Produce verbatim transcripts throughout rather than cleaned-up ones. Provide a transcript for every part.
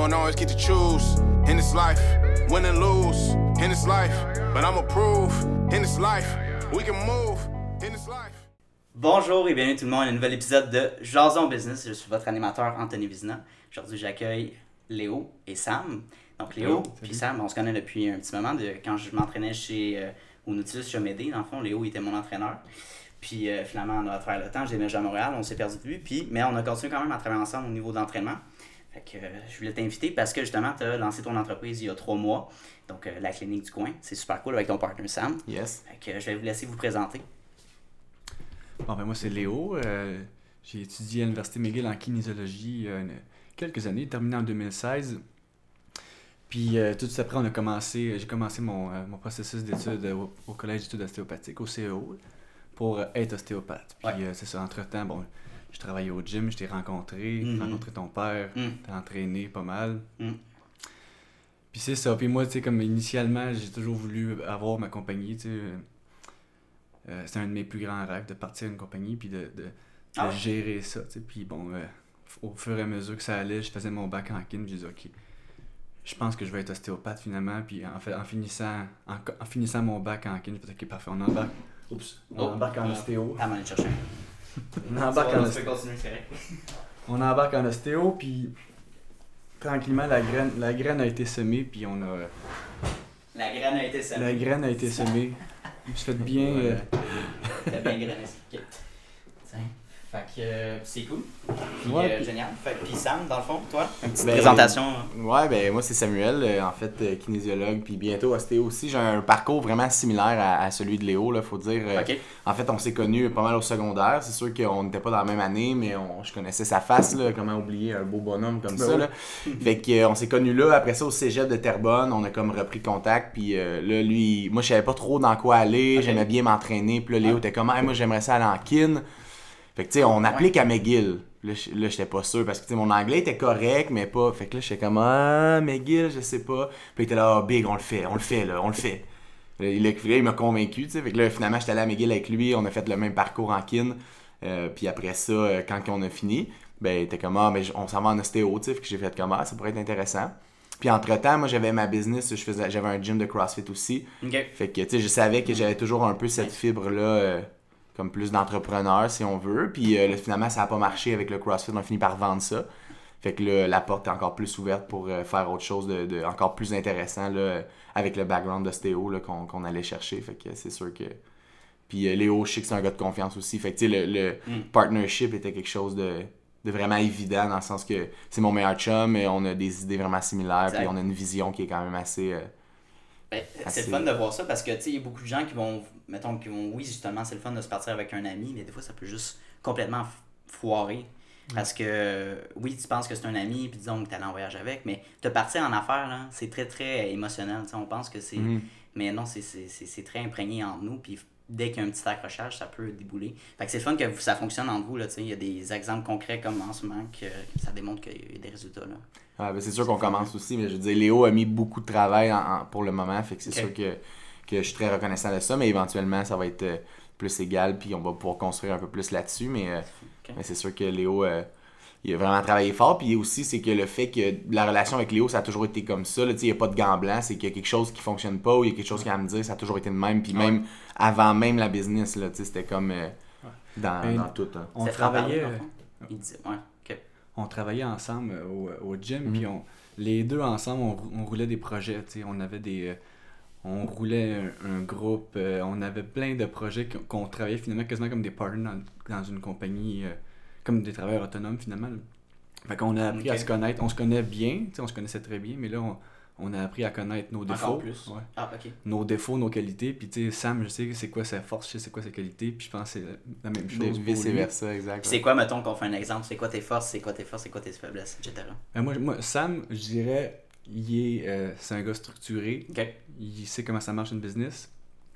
don't always get to choose in this life, win and lose in this life, but I'ma prove in this life, we can move in this life. Bonjour et bienvenue tout le monde à un nouvel épisode de Jason Business. Je suis votre animateur Anthony Vizina. Aujourd'hui, j'accueille Léo et Sam. Donc Léo et Sam, on se connaît depuis un petit moment, de quand je m'entraînais chez euh, au Nautilus Chomédé. Dans le fond, Léo était mon entraîneur. Puis euh, finalement, on a fait le temps, je déménagé à Montréal, on s'est perdu de vue. Puis, mais on a continué quand même à travailler ensemble au niveau d'entraînement. Fait que euh, je voulais t'inviter parce que justement, tu as lancé ton entreprise il y a trois mois. Donc euh, la clinique du coin, c'est super cool avec ton partner Sam. Yes. Fait que euh, je vais vous laisser vous présenter. Bon, ben moi, c'est Léo. Euh, j'ai étudié à l'Université McGill en kinésiologie il y a une, quelques années, terminé en deux mille seize. Puis euh, tout de suite après, on a commencé, j'ai commencé mon, euh, mon processus d'études au, au Collège d'études ostéopathiques, au C E O, pour être ostéopathe. Puis Ouais. euh, c'est ça, entre-temps, bon, je travaillais au gym, je t'ai rencontré, Mm-hmm. rencontré ton père, Mm. t'ai entraîné pas mal. Mm. Puis c'est ça. Puis moi, tu sais, comme initialement, j'ai toujours voulu avoir ma compagnie, tu sais. Euh, c'est un de mes plus grands rêves de partir une compagnie puis de, de, de Ah ouais? gérer ça, tu sais. Puis bon, euh, au fur et à mesure que ça allait, je faisais mon bac en kin, puis j'ai dit ok, je pense que je vais être ostéopathe finalement. Puis en fait, en finissant, en, en finissant mon bac en kin, je me ok, parfait, on embarque. Oups, on Oh. embarque en ostéo. Ah, m'en aller chercher un. On embarque en Tu ostéo. peux continuer, c'est correct. On embarque en ostéo, puis tranquillement la graine, la graine a été semée, puis on a, La graine a été semée. la graine a été semée. Je me suis fait bien. euh, T'as bien grainé ça. Ok. Tiens. Fait que euh, c'est cool. Puis, Ouais, euh, puis- génial. Fait que, puis Sam, dans le fond, toi, une petite Ben, présentation. Ouais, ben moi c'est Samuel, euh, en fait euh, kinésiologue, puis bientôt ostéo aussi. J'ai un parcours vraiment similaire à, à celui de Léo, là, faut dire. Euh, Ok. En fait, on s'est connus pas mal au secondaire. C'est sûr qu'on n'était pas dans la même année, mais on, je connaissais sa face, là, comment oublier un beau bonhomme comme Ben ça. oui. Là. Fait qu'on s'est connus là. Après ça, au cégep de Terrebonne, on a comme repris contact. Puis euh, là, lui, moi, je savais pas trop dans quoi aller. Ok. J'aimais bien m'entraîner. Puis là, Léo Ouais. était comme, hey, moi, j'aimerais ça aller en kin. Fait que, tu sais, on applique à McGill. Là, je- là, j'étais pas sûr parce que, tu sais, mon anglais était correct, mais pas. Fait que là, j'étais comme, ah, McGill, je sais pas. Puis il était là, ah, big, on le fait, on le fait, là, on le fait. Là, il, là, il m'a convaincu, tu sais. Fait que là, finalement, j'étais allé à McGill avec lui, on a fait le même parcours en kin. Euh, puis après ça, euh, quand on a fini, ben, il était comme, ah, mais on s'en va en ostéo, tu sais. Fait que j'ai fait comme, ah, ça pourrait être intéressant. Puis entre-temps, moi, j'avais ma business, je faisais, j'avais un gym de CrossFit aussi. Ok. Fait que, tu sais, je savais que j'avais toujours un peu cette fibre-là, euh, comme plus d'entrepreneur, si on veut. Puis euh, là, finalement, ça n'a pas marché avec le CrossFit. On a fini par vendre ça. Fait que là, la porte est encore plus ouverte pour euh, faire autre chose de, de encore plus intéressant, là, avec le background d'ostéo là, qu'on, qu'on allait chercher. Fait que c'est sûr que... Puis euh, Léo, je sais que c'est un gars de confiance aussi. Fait que, tu sais, le, le Mm. partnership était quelque chose de, de vraiment évident, dans le sens que c'est mon meilleur chum, et on a des idées vraiment similaires, Exact. puis on a une vision qui est quand même assez... euh, Ben, c'est Assez- le fun de voir ça parce que, tu sais, il y a beaucoup de gens qui vont, mettons, qui vont, oui, justement, c'est le fun de se partir avec un ami, mais des fois, ça peut juste complètement f- foirer. Parce que, oui, tu penses que c'est un ami, puis disons que tu allé en voyage avec, mais te partir en affaires, là, c'est très, très émotionnel. Tu sais, on pense que c'est. Mhm. Mais non, c'est, c'est, c'est, c'est très imprégné en nous, puis dès qu'il y a un petit accrochage, ça peut débouler. Fait que c'est le fun que vous- ça fonctionne entre vous, là, tu sais. Il y a des exemples concrets comme en ce moment que, que ça démontre qu'il y a des résultats, là. Ah, ben c'est sûr qu'on commence aussi, mais je veux dire, Léo a mis beaucoup de travail en- en- pour le moment, fait que c'est Ok. sûr que, que je suis très reconnaissant de ça, mais éventuellement, ça va être euh, plus égal, puis on va pouvoir construire un peu plus là-dessus, mais, euh, Ok. mais c'est sûr que Léo, euh, il a vraiment travaillé fort, puis aussi, c'est que le fait que la relation avec Léo, ça a toujours été comme ça, là, tu sais, il n'y a pas de gants blancs, c'est qu'il y a quelque chose qui fonctionne pas, ou il y a quelque chose qu'il a à me dire, ça a toujours été le même, puis Ouais. même avant même la business, là, tu sais, c'était comme euh, dans, Ben, dans tout, hein. on C'était travaillait. Franck, dans le fond? Il disait, ouais, ok. on travaillait ensemble euh, au, au gym, Mhm. puis on, les deux ensemble, on, rou- on roulait des projets, tu sais, on avait des... euh, on roulait un, un groupe, euh, on avait plein de projets qu'on, qu'on travaillait finalement quasiment comme des partners dans, dans une compagnie, euh, comme des travailleurs autonomes finalement. Là. Fait qu'on a appris Ok. à se connaître, on se connaît bien, tu sais, on se connaissait très bien, mais là, on, on a appris à connaître nos Encore défauts. plus. Ouais. Ah, ok. Nos défauts, nos qualités, puis tu sais, Sam, je sais c'est quoi sa force, je sais c'est quoi ses qualités, puis je pense que c'est la même chose pour Vice lui. versa, exact. Puis c'est quoi, mettons, qu'on fait un exemple, c'est quoi tes forces, c'est quoi tes forces, c'est quoi tes faiblesses, et cetera. Ben, moi, moi, Sam, je dirais, il est, euh, c'est un gars structuré. Ok. Il sait comment ça marche une business.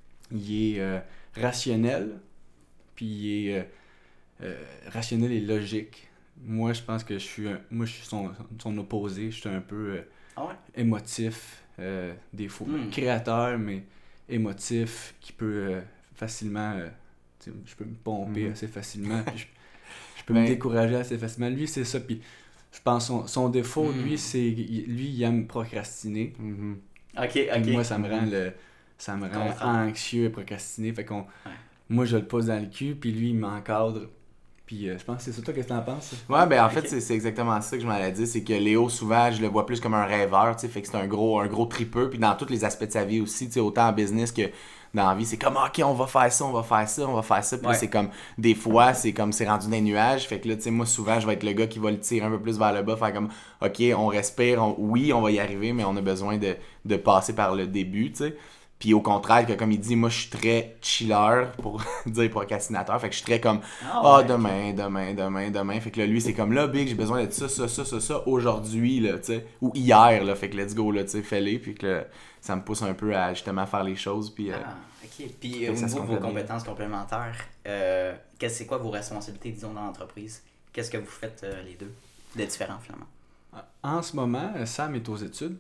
Il est euh, rationnel. Puis il est euh, euh, rationnel et logique. Moi, je pense que je suis un, moi, je suis son, son opposé. Je suis un peu euh, Ah ouais? émotif, euh, des fois Mm. créateur, mais émotif, qui peut euh, facilement... euh, tu sais, je peux me pomper Mm. assez facilement. Puis je, je peux Ben- me décourager assez facilement. Lui, c'est ça. Puis je pense son, son défaut, Mm. lui, c'est lui, il aime procrastiner. Mhm. Ok, Puis ok. moi, ça me rend le ça me rend Comprends. anxieux et procrastiner. Fait qu'on moi, je le pose dans le cul, puis lui, il m'encadre. Puis euh, je pense que c'est ça, toi, qu'est-ce que t'en penses? Ouais, ben en fait, Ok. c'est, c'est exactement ça que je m'en allais dire. C'est que Léo, souvent, je le vois plus comme un rêveur, tu sais. Fait que c'est un gros, un gros tripeux. Puis dans tous les aspects de sa vie aussi, tu sais, autant en business que dans la vie, c'est comme, OK, on va faire ça, on va faire ça, on va faire ça. Puis là, Ouais. c'est comme, des fois, c'est comme, c'est rendu des nuages. Fait que là, tu sais, moi, souvent, je vais être le gars qui va le tirer un peu plus vers le bas, faire comme, OK, on respire, on- oui, on va y arriver, mais on a besoin de, de passer par le début, tu sais. Puis au contraire, que comme il dit, moi, je suis très chiller, pour dire procrastinateur. Fait que je suis très comme, Ah, ah, ouais, demain, demain, demain, demain. Fait que là, lui, c'est comme là, Big, j'ai besoin de ça, ça, ça, ça, ça, aujourd'hui, là, tu sais. Ou hier, là. Fait que let's go, là, tu sais, fais-les. Puis que là, ça me pousse un peu à justement faire les choses. Puis, euh, Ah, ok. Puis que au ça se niveau de vos complète bien. compétences complémentaires, euh, qu'est-ce- c'est quoi vos responsabilités, disons, dans l'entreprise? Qu'est-ce que vous faites euh, les deux de différent, finalement? En ce moment, Sam est aux études.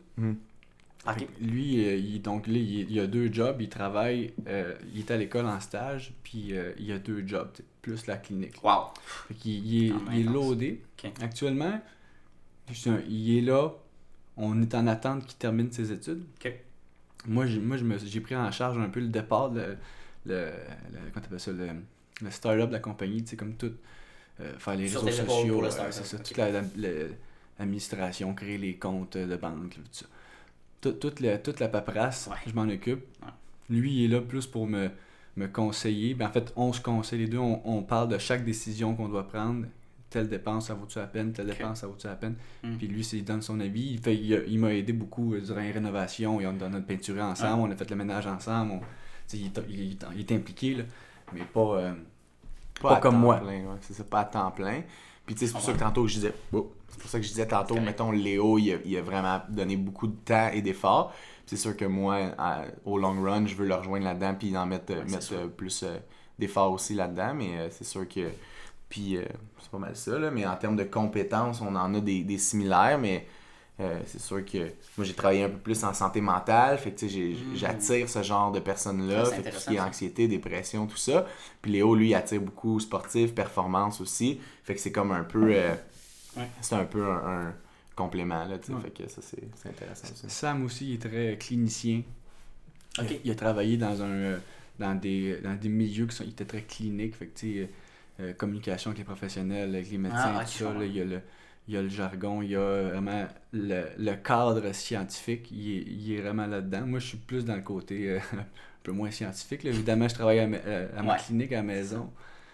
Ok. Fait que lui, euh, il, donc là, il, il a deux jobs. Il travaille, euh, il est à l'école en stage, puis euh, il a deux jobs, t'sais, plus la clinique. Wow. Fait qu'il il est, Quand même il est intense. loadé. Ok. Actuellement, c'est un- il est là. On est en attente qu'il termine ses études. Ok. Moi, j'ai, moi je me, j'ai pris en charge un peu le départ, le, le, le, comment t'appelles ça, le, le start-up de la compagnie, tu sais, comme tout. euh, faire les Sur réseaux tes épaules sociaux, pour le euh, start-up, c'est ça, ok. toute la, la- la- l'administration, créer les comptes de banque, là, tout ça. Tout- toute, la, toute la paperasse, Ouais. je m'en occupe. Ouais. Lui, il est là plus pour me, me conseiller. Ben, en fait, on se conseille les deux, on, on parle de chaque décision qu'on doit prendre. Telle dépense, ça vaut-tu la peine? Telle Ok. dépense, ça vaut-tu la peine? Mm. Puis lui, c'est- il donne son avis. Il, fait, il, a- il m'a aidé beaucoup euh, durant les rénovations. On a peinturé ensemble, on a fait le ménage ensemble. On- tu sais, il, est- il, est- il est impliqué, là, mais pas... euh, Pas à comme temps moi. plein, ouais, c'est ça, pas à temps plein. Puis tu sais, c'est pour ça que Ouais. tantôt que je disais, oh, c'est pour ça que je disais tantôt, Correct. mettons, Léo, il a, il a vraiment donné beaucoup de temps et d'efforts. Puis c'est sûr que moi, à- au long run, je veux le rejoindre là-dedans, puis en mettre, Ouais, c'est mettre sûr. euh, plus euh, d'efforts aussi là-dedans. Mais euh, c'est sûr que, puis euh, c'est pas mal ça, là. Mais en termes de compétences, on en a des, des similaires, mais euh, c'est sûr que moi, j'ai travaillé un peu plus en santé mentale, fait que tu sais, j'ai- Mm. j'attire ce genre de personnes-là, Ah, c'est fait que tout ce intéressant, qui est ça. anxiété, dépression, tout ça. Puis Léo, lui, il attire beaucoup sportif, performance aussi. Fait que c'est comme un peu. euh, Ouais. C'est un peu un, un complément, là, tu sais. Ouais. Fait que ça, c'est c'est intéressant aussi. Sam aussi, il est très clinicien. Il, Ok. a, il a travaillé dans un euh, dans des dans des milieux qui sont il était très cliniques, fait que tu sais, euh, communication avec les professionnels, avec les médecins, Ah, ok, tout ça, je là, comprends. il y a le il y a le jargon, il y a vraiment le, le cadre scientifique, il est, il est vraiment là-dedans. Moi, je suis plus dans le côté euh, un peu moins scientifique, là. Évidemment, je travaille à, ma- euh, à ma Ouais. clinique à la maison.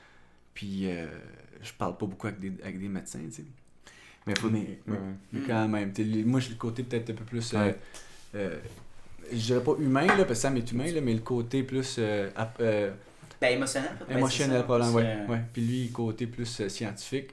Puis euh, je parle pas beaucoup avec des, avec des médecins, tu sais. Mais faut. Mais, ouais. mais Mm. quand même, t'sais, les- moi j'ai le côté peut-être un peu plus, euh, Ouais. euh, je dirais pas humain, là, parce que Sam est humain, là, mais le côté plus euh, ap- euh, Ben, émotionnel, peut-être. Ben, émotionnel, c'est ça, probablement, plus, ouais, euh, ouais. Puis lui, côté plus euh, scientifique.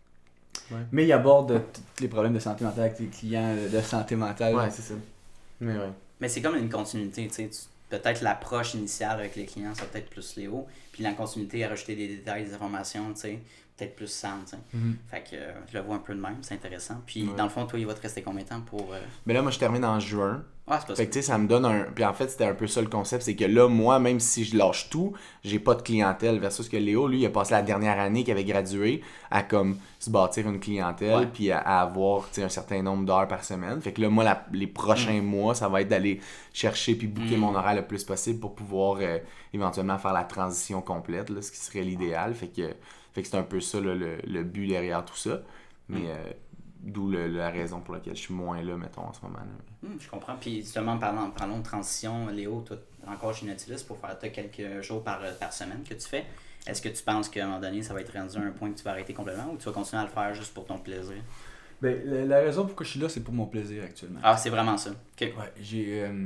Ouais. Mais il aborde euh, tous les problèmes de santé mentale avec les clients, euh, de santé mentale. Ouais, c'est ça. Mais ouais. Mais c'est comme une continuité, tu sais. tu- Peut-être l'approche initiale avec les clients, ça peut être plus Léo. Puis la continuité à rajouter des détails, des informations, tu sais. Peut-être plus Sam, tu sais. Mhm. Fait que euh, je le vois un peu de même, c'est intéressant. Puis Ouais. dans le fond, toi, il va te rester combien de temps pour. euh, Mais là, moi, je termine en juin. Ah, c'est pas ça. Fait que tu sais, ça me donne un. Puis en fait, c'était un peu ça le concept, c'est que là, moi, même si je lâche tout, j'ai pas de clientèle. Versus que Léo, lui, il a passé la dernière année qu'il avait gradué à comme se bâtir une clientèle, Ouais. puis à, à avoir tu sais, un certain nombre d'heures par semaine. Fait que là, moi, la- les prochains mois, ça va être d'aller chercher puis booker Mm. mon horaire le plus possible pour pouvoir euh, éventuellement faire la transition complète, là, ce qui serait l'idéal. Fait que, fait que c'est un peu ça là, le, le but derrière tout ça. Mais. Mm. euh, D'où le- la raison pour laquelle je suis moins là, mettons, en ce moment. là. Hum, je comprends. Puis justement, parlant, parlons de transition, Léo, toi, encore chez Nautilus, pour faire t'as quelques jours par, par semaine que tu fais. Est-ce que tu penses qu'à un moment donné, ça va être rendu à un point que tu vas arrêter complètement ou tu vas continuer à le faire juste pour ton plaisir? Ben, la, la raison pourquoi je suis là, c'est pour mon plaisir actuellement. Ah, c'est vraiment ça. Ok. Ouais, j'ai, euh,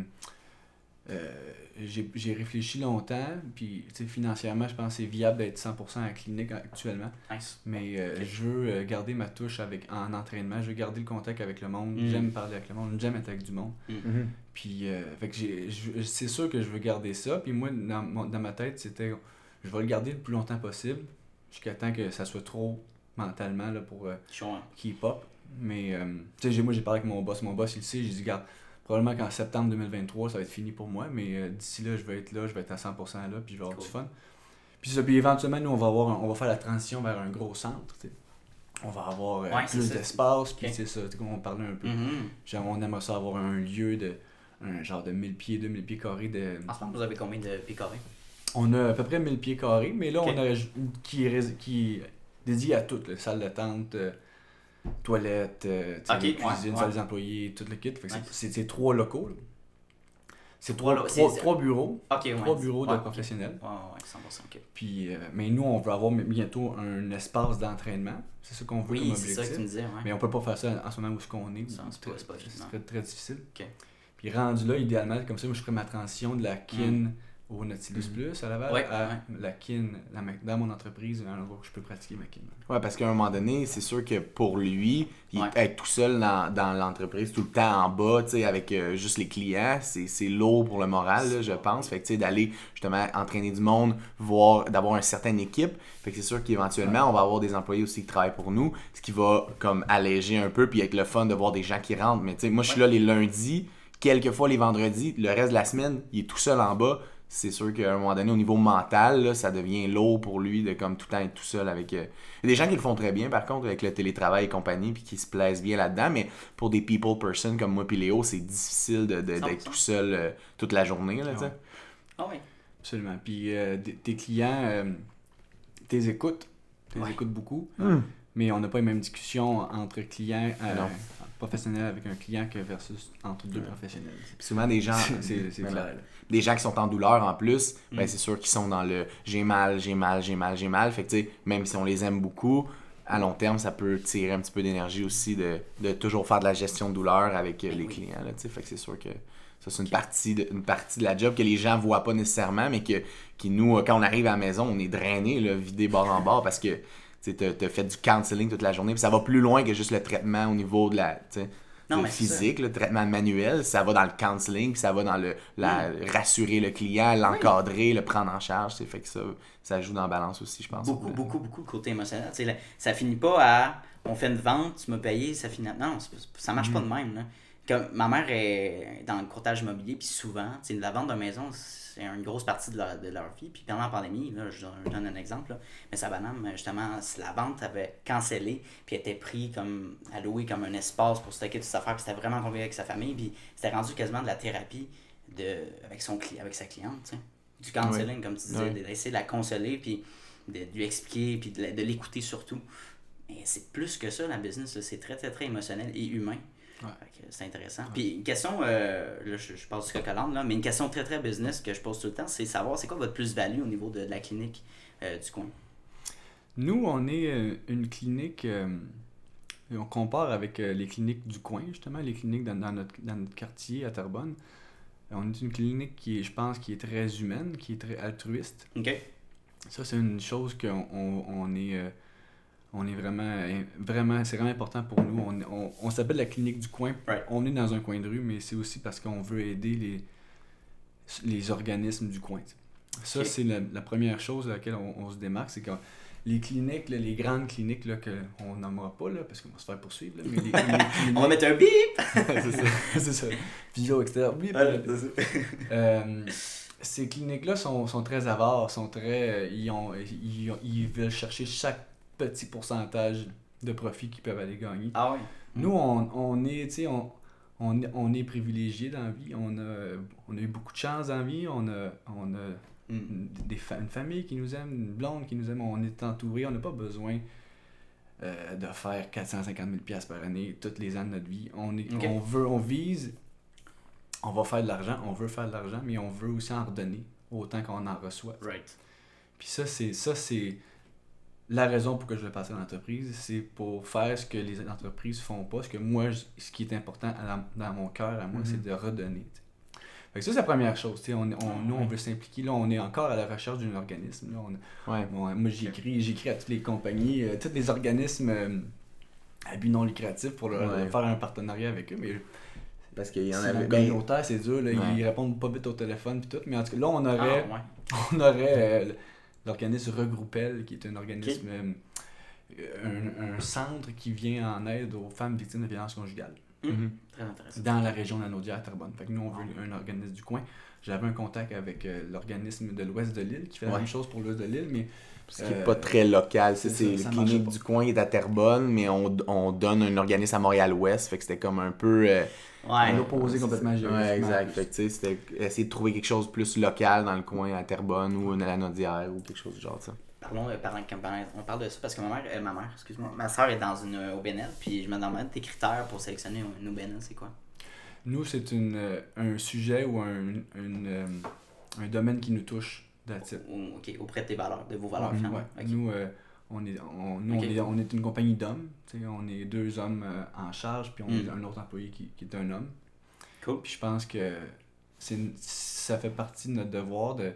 euh, j'ai, j'ai réfléchi longtemps, puis tu sais, financièrement, je pense que c'est viable d'être cent pour cent à la clinique actuellement. Nice. Mais euh, Ok. je veux euh, garder ma touche avec, en entraînement, je veux garder le contact avec le monde, Mm. j'aime parler avec le monde, j'aime être avec du monde. Puis, euh, fait que j'ai, je- c'est sûr que je veux garder ça. Puis moi, dans, mon- dans ma tête, c'était, je vais le garder le plus longtemps possible, jusqu'à temps que ça soit trop mentalement là, pour euh, Chaud, hein? qu'il pop. Mais, euh, tu sais, j'ai- moi, j'ai parlé avec mon boss. Mon boss, il le sait. J'ai dit, regarde, probablement qu'en septembre deux mille vingt-trois, ça va être fini pour moi. Mais euh, d'ici là, je vais être là, je vais être à cent pour cent là, puis je vais avoir Cool. du fun. Puis ça, puis éventuellement, nous, on va, avoir un- on va faire la transition vers un gros centre, tu sais. on va avoir euh, Ouais, plus ça. d'espace, puis Ok. c'est ça, tu sais, comme on parlait un peu. Mm-hmm. Genre, on aimerait ça avoir un lieu de, un genre de mille pieds, deux mille pieds carrés de... En ce moment, vous avez combien de pieds carrés? On a à peu près mille pieds carrés, mais là, Ok. on a qui est, rés- qui est dédié à tout, là, salle d'attente, euh, toilette, euh, tu sais, Ok, cuisine, ouais, ouais. salle des employés, tout le kit. Fait que c'est- Nice. c'est c'est trois locaux. là. C'est Trois trois, lo- trois, c'est- trois bureaux. Ok, ouais. Trois bureaux Ouais, de ok. professionnels. Ouais, ouais, cent pour cent, ok. Puis, euh, mais nous, on veut avoir bientôt un espace d'entraînement. C'est ça qu'on veut Oui, comme c'est objectif. ça que tu me disais, ouais. Mais on peut pas faire ça en ce moment où ce qu'on est. Ça, c'est très, pas- c'est pas évident. ce serait très difficile. Ok. Puis rendu là, idéalement, comme ça, moi, je ferais ma transition de la kin au Nautilus Mm. Plus à Laval Ouais, à ouais. la kin la, ma- dans mon entreprise, un endroit où je peux pratiquer ma kin. Ouais, parce qu'à un moment donné, c'est sûr que pour lui, il, Ouais. être tout seul dans, dans l'entreprise, tout le temps en bas, tu sais, avec euh, juste les clients, c'est, c'est lourd pour le moral, là, je pense. Fait que, tu sais, d'aller justement entraîner du monde, voir, d'avoir une certaine équipe. Fait que c'est sûr qu'éventuellement, on va avoir des employés aussi qui travaillent pour nous, ce qui va comme alléger un peu, puis être le fun de voir des gens qui rentrent. Mais tu sais, moi, je suis Ouais. là les lundis, quelques fois les vendredis, le reste de la semaine, il est tout seul en bas. C'est sûr qu'à un moment donné, au niveau mental, là, ça devient lourd pour lui de comme tout le temps être tout seul avec... euh, Il y a des gens qui le font très bien, par contre, avec le télétravail et compagnie, puis qui se plaisent bien là-dedans, mais pour des people person comme moi et Léo, c'est difficile de, de- cent pour d'être cent. tout seul euh, toute la journée, là, tu sais. Ouais. Ah ouais. Absolument. Puis euh, d- tes clients, euh, t'es écoutes, t'es Ouais. écoutes beaucoup, Hmm. mais on n'a pas les mêmes discussions entre clients euh, Non. professionnels avec un client que versus entre deux professionnels. Puis souvent, des gens... C'est c'est- c'est Ouais, clair. ouais. là. Des gens qui sont en douleur en plus, ben Mm. c'est sûr qu'ils sont dans le j'ai mal, j'ai mal, j'ai mal, j'ai mal. Fait que tu sais, même si on les aime beaucoup, à long terme, ça peut tirer un petit peu d'énergie aussi de, de toujours faire de la gestion de douleur avec euh, Ben les oui. clients. Là, tu sais. Fait que c'est sûr que ça, c'est une, partie de, une partie de la job que les gens voient pas nécessairement, mais que qui nous, euh, quand on arrive à la maison, on est drainé, là, vidé bord en bord parce que tu as fait du counseling toute la journée. Puis ça va plus loin que juste le traitement au niveau de la. tu sais, Non, le mais c'est ça. physique, le traitement manuel, ça va dans le counseling, puis ça va dans le la, rassurer le client, l'encadrer, le prendre en charge. C'est fait que ça, ça joue dans la balance aussi, je pense. Beaucoup, Ouais. beaucoup, beaucoup le côté émotionnel. Tu sais, là, ça finit pas à on fait une vente, tu m'as payé, ça finit. Non, c'est pas- ça marche pas de même. Là. Comme, ma mère est dans le courtage immobilier, puis souvent, tu sais, la vente d'une maison, c'est une grosse partie de leur, de leur vie. Puis pendant la pandémie, là, je donne- je donne un exemple, là, mais sa banane, justement, la vente avait cancellé, puis était pris comme alloué comme un espace pour stocker toutes ses affaires, puis c'était vraiment compliqué avec sa famille, puis c'était rendu quasiment de la thérapie de, avec, son, cli- avec sa cliente, tu sais. Du counseling, comme tu disais, Ouais. d'essayer de la consoler, puis de, de lui expliquer, puis de, la- de l'écouter surtout. Mais c'est plus que ça, la business, là. C'est très, très, très émotionnel et humain. Ouais. Fait que c'est intéressant. Puis une question, euh, là, je, je passe du coq à l'âne, là, mais une question très, très business que je pose tout le temps, c'est savoir c'est quoi votre plus-value au niveau de, de la clinique euh, du coin. Nous, on est euh, une clinique, euh, et on compare avec euh, les cliniques du coin, justement, les cliniques dans, dans notre, dans notre quartier à Terrebonne. Euh, On est une clinique qui est, je pense, qui est très humaine, qui est très altruiste. OK? Ça, c'est une chose qu'on on, on est, euh, on est vraiment, euh, vraiment, c'est vraiment important pour nous. On, on, on s'appelle la clinique du coin. Right. On est dans un coin de rue, mais c'est aussi parce qu'on veut aider les, les organismes du coin. t'sais. Ça, Ok. c'est la, la première chose à laquelle on, on se démarque, c'est que les cliniques, là, les grandes cliniques là, qu'on nommera pas, là, parce qu'on va se faire poursuivre, là, mais les, les cliniques... On va mettre un bip! c'est ça, c'est ça. Vidéo externe. Oui, euh, ces cliniques-là sont, sont très avares, sont très, ils, ont, ils, ont- ils veulent chercher chaque petit pourcentage de profit qu'ils peuvent aller gagner. Ah oui. Nous, on, on est, tu sais, on, on, est- on est privilégiés dans la vie. On a, on a eu beaucoup de chance dans la vie. On a, on a Mm. des fa- une famille qui nous aime, une blonde qui nous aime. On est entouré. On n'a pas besoin euh, de faire quatre cent cinquante mille dollars par année tous les ans de notre vie. On, est, Ok. on veut, on vise, on va faire de l'argent. On veut faire de l'argent, mais on veut aussi en redonner autant qu'on en reçoit. Right. Puis ça, c'est ça c'est la raison pour que je veux passer à l'entreprise. C'est pour faire ce que les entreprises font pas. Ce que moi, je- ce qui est important à la- dans mon cœur, à moi, Mhm. c'est de redonner. t'sais. Fait que ça, c'est la première chose. t'sais. On, on, nous, on veut s'impliquer. Là, on est encore à la recherche d'un organisme. Là. On- Ouais. bon, moi, j'écris, j'écris à toutes les compagnies, euh, tous les organismes euh, à but non lucratif pour leur- Ouais. faire un partenariat avec eux. Mais Parce qu'il y en c'est avait. la ben, communautaire, c'est dur. Là, Ouais. Ils répondent pas vite au téléphone. Pis tout, mais en tout cas, là, on Ah, aurait ouais. on aurait euh, l'organisme Regroupel, qui est un organisme, euh, un, un centre qui vient en aide aux femmes victimes de violences conjugales. Mmh. Mm-hmm. Très intéressant. dans la région de la Naudière à Terrebonne. Fait que nous, on veut un organisme du coin. J'avais un contact avec euh, l'organisme de l'ouest de l'île qui fait la Ouais. même chose pour l'ouest de l'île, mais Ce qui n'est euh, pas très local. C'est, c'est c'est ça, ça le marche clinique pas. du coin qui est à Terrebonne, mais on, on donne un organisme à Montréal-Ouest. Fait que c'était comme un peu. euh, Ouais. à l'opposé c'est complètement ça. géographiquement. Ouais, exact. Fait que tu sais, c'était essayer de trouver quelque chose de plus local dans le coin à Terrebonne ou à la Naudière ou quelque chose du genre de ça. Parlons, euh, parlant, comme parlant- on parle de ça parce que ma mère, euh, ma mère, excuse-moi, ma soeur est dans une euh, O B N L, puis je me demandais tes critères pour sélectionner une O B N L, c'est quoi? Nous, c'est une, euh, un sujet ou un, une, euh, un domaine qui nous touche, that's it. Ou- ok, auprès de tes valeurs, de vos valeurs Ouais, finalement. ouais. Ok. Nous, euh, on, est, on, nous Ok. on, est, on est une compagnie d'hommes. tu sais, On est deux hommes euh, en charge, puis on Mm. a un autre employé qui, qui est un homme. Cool. Puis je pense que c'est une- ça fait partie de notre devoir de,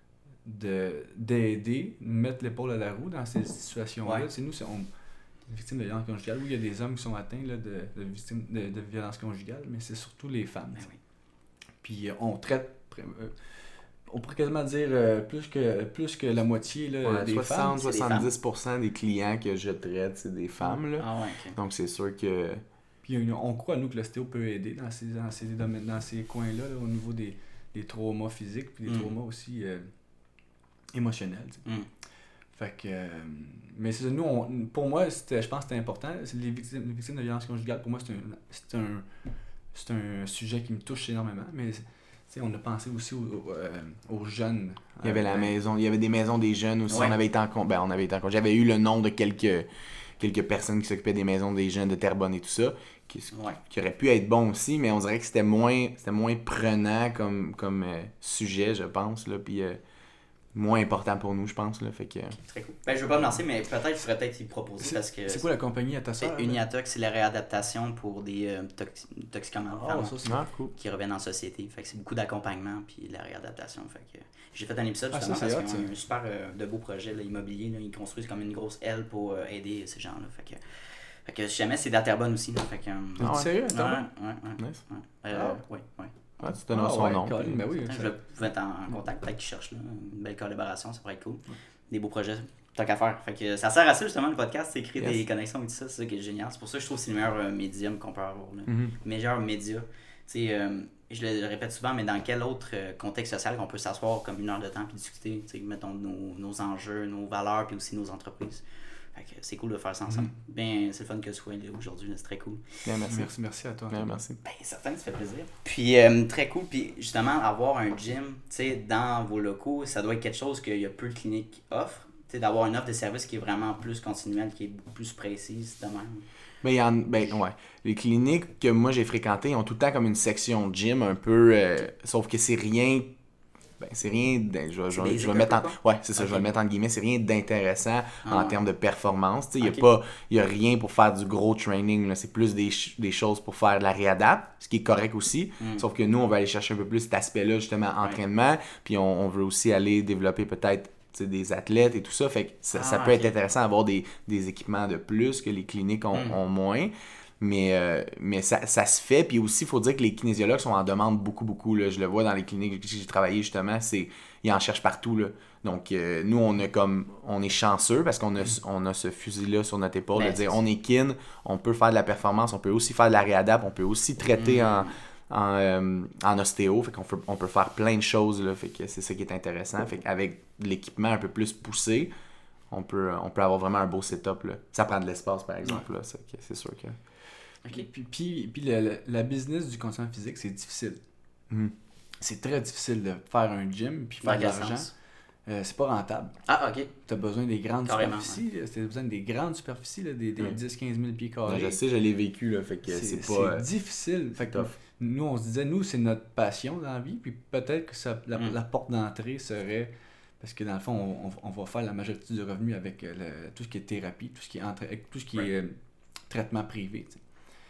de, d'aider, de mettre l'épaule à la roue dans ces situations-là. Ouais. Tu sais, nous, c'est on, victimes de violence conjugale. Oui, il y a des hommes qui sont atteints là, de, de, victimes de, de violence conjugale, mais c'est surtout les femmes. Ben tu sais. oui. Puis euh, on traite, pr- euh, on pourrait quasiment dire euh, plus, que, plus que la moitié là, Ouais, des femmes. soixante à soixante-dix pour cent des clients que je traite, c'est des femmes. Là. Ah ouais, ok. Donc c'est sûr que. Puis il y a une- on croit, nous, que l'ostéo peut aider dans ces, dans ces, domaines, dans ces coins-là, là, au niveau des, des traumas physiques, puis des Mm. traumas aussi euh, émotionnels. tu sais. Mm. Fait que, euh, mais c'est ça, nous, on- pour moi, c'était, je pense que c'était important. C'est Les victimes, les victimes de violence conjugale, pour moi, c'est un, c'est un, c'est un sujet qui me touche énormément. Mais tu sais, on a pensé aussi aux, aux, euh, aux jeunes. Il y avait la Euh, maison, il y avait des maisons des jeunes aussi. Ouais. On avait été en compte. Ben, on avait été en compte. J'avais eu le nom de quelques, quelques personnes qui s'occupaient des maisons des jeunes de Terrebonne et tout ça, qui, Ouais. qui aurait pu être bon aussi, mais on dirait que c'était moins, c'était moins prenant comme, comme euh, sujet, je pense. Là, puis euh, moins important pour nous, je pense. Là, fait que, Très cool. Ben, je veux pas me lancer, mais peut-être je pourrais peut-être y proposer C'est, parce que c'est quoi la compagnie à ta c'est soeur? là? Uniatox, c'est la réadaptation pour des euh, toxi- toxicomanes Ah, pardon, ça, c'est ah, cool. qui reviennent en société. Fait que c'est beaucoup d'accompagnement puis de la réadaptation. Fait que j'ai fait un épisode Ah, justement ça, c'est parce qu'ils hot, ont un super euh, de beaux projets là, immobiliers. Là. Ils construisent comme une grosse aile pour euh, aider ces gens-là. Fait que, fait que si jamais c'est à Terrebonne aussi. Là, fait que, euh, T'es Ah ouais. sérieux, ouais, Terrebonne? ouais, ouais, Nice. ouais. Euh, Ah. ouais, ouais. Ah, tu donneras Ah, son ouais, nom. Colin, puis- ben oui, Attends, ça- je vais vous mettre en, en contact, peut-être qu'ils cherchent là, une belle collaboration, ça pourrait être cool. Des beaux projets, tant qu'à faire. Fait que ça sert à ça justement le podcast, c'est créer Yes. des connexions et tout ça, c'est ça qui est génial. C'est pour ça que je trouve que c'est le meilleur euh, médium qu'on peut avoir. Là. Mhm. Meilleur média. Tu sais, euh, je le répète souvent, mais dans quel autre euh, contexte social qu'on peut s'asseoir comme une heure de temps puis discuter, tu sais, mettons nos, nos enjeux, nos valeurs puis aussi nos entreprises. Fait que c'est cool de faire ça ensemble. Bien, c'est le fun que ce soit là aujourd'hui, là, c'est très cool. Bien, merci. Merci, merci à toi. Bien, merci. Ben, certain, ça fait plaisir. Puis, euh, très cool. Puis, justement, avoir un gym, tu sais, dans vos locaux, ça doit être quelque chose qu'il y a peu de cliniques qui offrent. Tu sais, d'avoir une offre de service qui est vraiment plus continuelle, qui est beaucoup plus précise, de même. Ben, il y en, ben, ouais. Les cliniques que moi j'ai fréquentées, ils ont tout le temps comme une section gym un peu. euh, sauf que c'est rien. Ben, c'est rien. d'in- Je, vais- je, vais- basic je vais un mettre en. peu, Ouais, c'est ça, je Ok. vais le mettre entre guillemets. C'est rien d'intéressant Ah, en ouais. termes de performance. Il n'y Ok. a, pas- y a rien pour faire du gros training. là. C'est plus des, ch- des choses pour faire de la réadapte, ce qui est correct aussi. Mm. Sauf que nous, on va aller chercher un peu plus cet aspect-là, justement, entraînement. Puis on, on veut aussi aller développer peut-être tu sais, des athlètes et tout ça. Fait que ça, ça Ah, peut ok. être intéressant d'avoir des, des équipements de plus que les cliniques ont, Mm. ont moins. Mais, euh, mais ça, ça se fait. Puis aussi, il faut dire que les kinésiologues sont en demande beaucoup, beaucoup. Là. Je le vois dans les cliniques avec qui j'ai travaillé, justement. C'est, ils en cherchent partout. Là. Donc, euh, nous, on a comme on est chanceux parce qu'on a, on a ce fusil-là sur notre épaule. Ben, de dire, c'est on est kin, on peut faire de la performance, on peut aussi faire de la réadap, on peut aussi traiter Mm. en, en, euh, en ostéo. Fait qu'on peut, on peut faire plein de choses. Là. Fait que c'est ça qui est intéressant. Fait qu'avec de l'équipement un peu plus poussé, on peut, on peut avoir vraiment un beau setup. Là. Ça prend de l'espace, par exemple. Là. C'est, c'est sûr que... Ok. Puis, puis, puis le- le- la business du conditionnement physique, c'est difficile. Mhm. C'est très difficile de faire un gym puis faire Dans de quel l'argent. sens? Euh, c'est pas rentable. Ah, ok. Tu as besoin des grandes Carrément, superficies. Tu as besoin des grandes superficies, là, des, des Ouais. dix à quinze mille pieds Ouais, carrés. je sais, je l'ai vécu. Là, fait que c'est, C'est, pas... euh, c'est difficile. Fait que tough. nous, on se disait, nous, c'est notre passion dans la vie. Puis peut-être que ça, la, Mm. la porte d'entrée serait... Parce que dans le fond, on, on- on va faire la majorité du revenu avec euh, le- tout ce qui est thérapie, tout ce qui est, entra- avec tout ce qui Right. est euh, traitement privé. tu sais.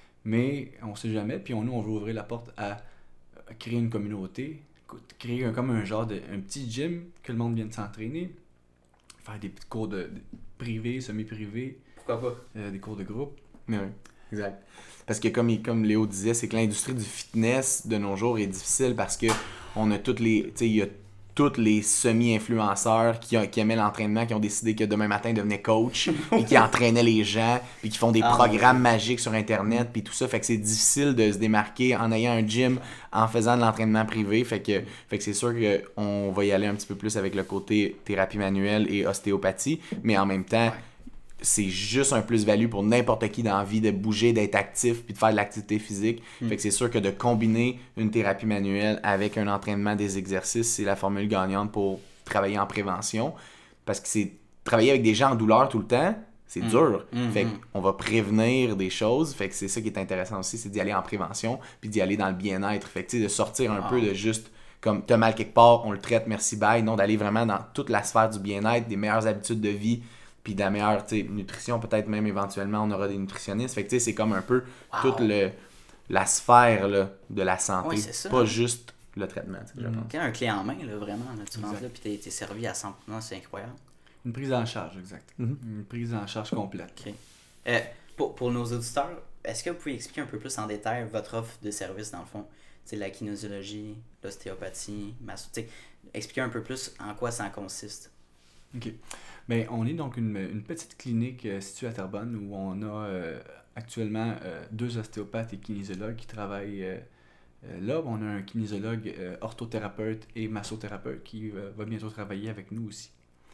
Mais on sait jamais. Puis on, nous, on veut ouvrir la porte à, à créer une communauté, co- créer un, comme un genre de un petit gym que le monde vienne s'entraîner, faire des petits cours de, de privés, semi-privés, Pourquoi pas? euh, des cours de groupe. Oui, exact. Parce que comme, il- comme Léo disait, c'est que l'industrie du fitness de nos jours est difficile parce que on a toutes les. Tu sais, il y a tous les semi-influenceurs qui, ont, qui aimaient l'entraînement, qui ont décidé que demain matin ils devenaient coach, puis qui entraînaient les gens, puis qui font des ah, programmes oui. magiques sur Internet, puis tout ça. Fait que c'est difficile de se démarquer en ayant un gym, en faisant de l'entraînement privé. Fait que, fait que c'est sûr qu'on va y aller un petit peu plus avec le côté thérapie manuelle et ostéopathie, mais en même temps, ouais. c'est juste un plus-value pour n'importe qui d'envie de bouger, d'être actif puis de faire de l'activité physique. Mm. Fait que c'est sûr que de combiner une thérapie manuelle avec un entraînement des exercices, c'est la formule gagnante pour travailler en prévention. Parce que c'est travailler avec des gens en douleur tout le temps, c'est mm. dur. Mm-hmm. Fait qu'on va prévenir des choses. Fait que c'est ça qui est intéressant aussi, c'est d'y aller en prévention puis d'y aller dans le bien-être. Fait que tu sais, de sortir un wow. peu de juste comme t'as mal quelque part, on le traite, merci, bye. Non, d'aller vraiment dans toute la sphère du bien-être, des meilleures habitudes de vie puis de la meilleure nutrition, peut-être même éventuellement on aura des nutritionnistes. Fait que tu sais, c'est comme un peu wow. toute le, la sphère là, de la santé, oui, ça, pas hein. juste le traitement. Mm-hmm. Quand un clé en main, là, vraiment, là, tu rentres là puis t'es, t'es servi à cent pour cent, c'est incroyable. Une prise en charge, exact. Mm-hmm. Une prise en charge complète. Okay. Euh, pour, pour nos auditeurs, est-ce que vous pouvez expliquer un peu plus en détail votre offre de service dans le fond? T'sais, la kinésiologie, l'ostéopathie, masso... expliquer un peu plus en quoi ça consiste. OK. Bien, on est donc une, une petite clinique euh, située à Terrebonne où on a euh, actuellement euh, deux ostéopathes et kinésiologues qui travaillent euh, euh, là. On a un kinésiologue euh, orthothérapeute et massothérapeute qui euh, va bientôt travailler avec nous aussi.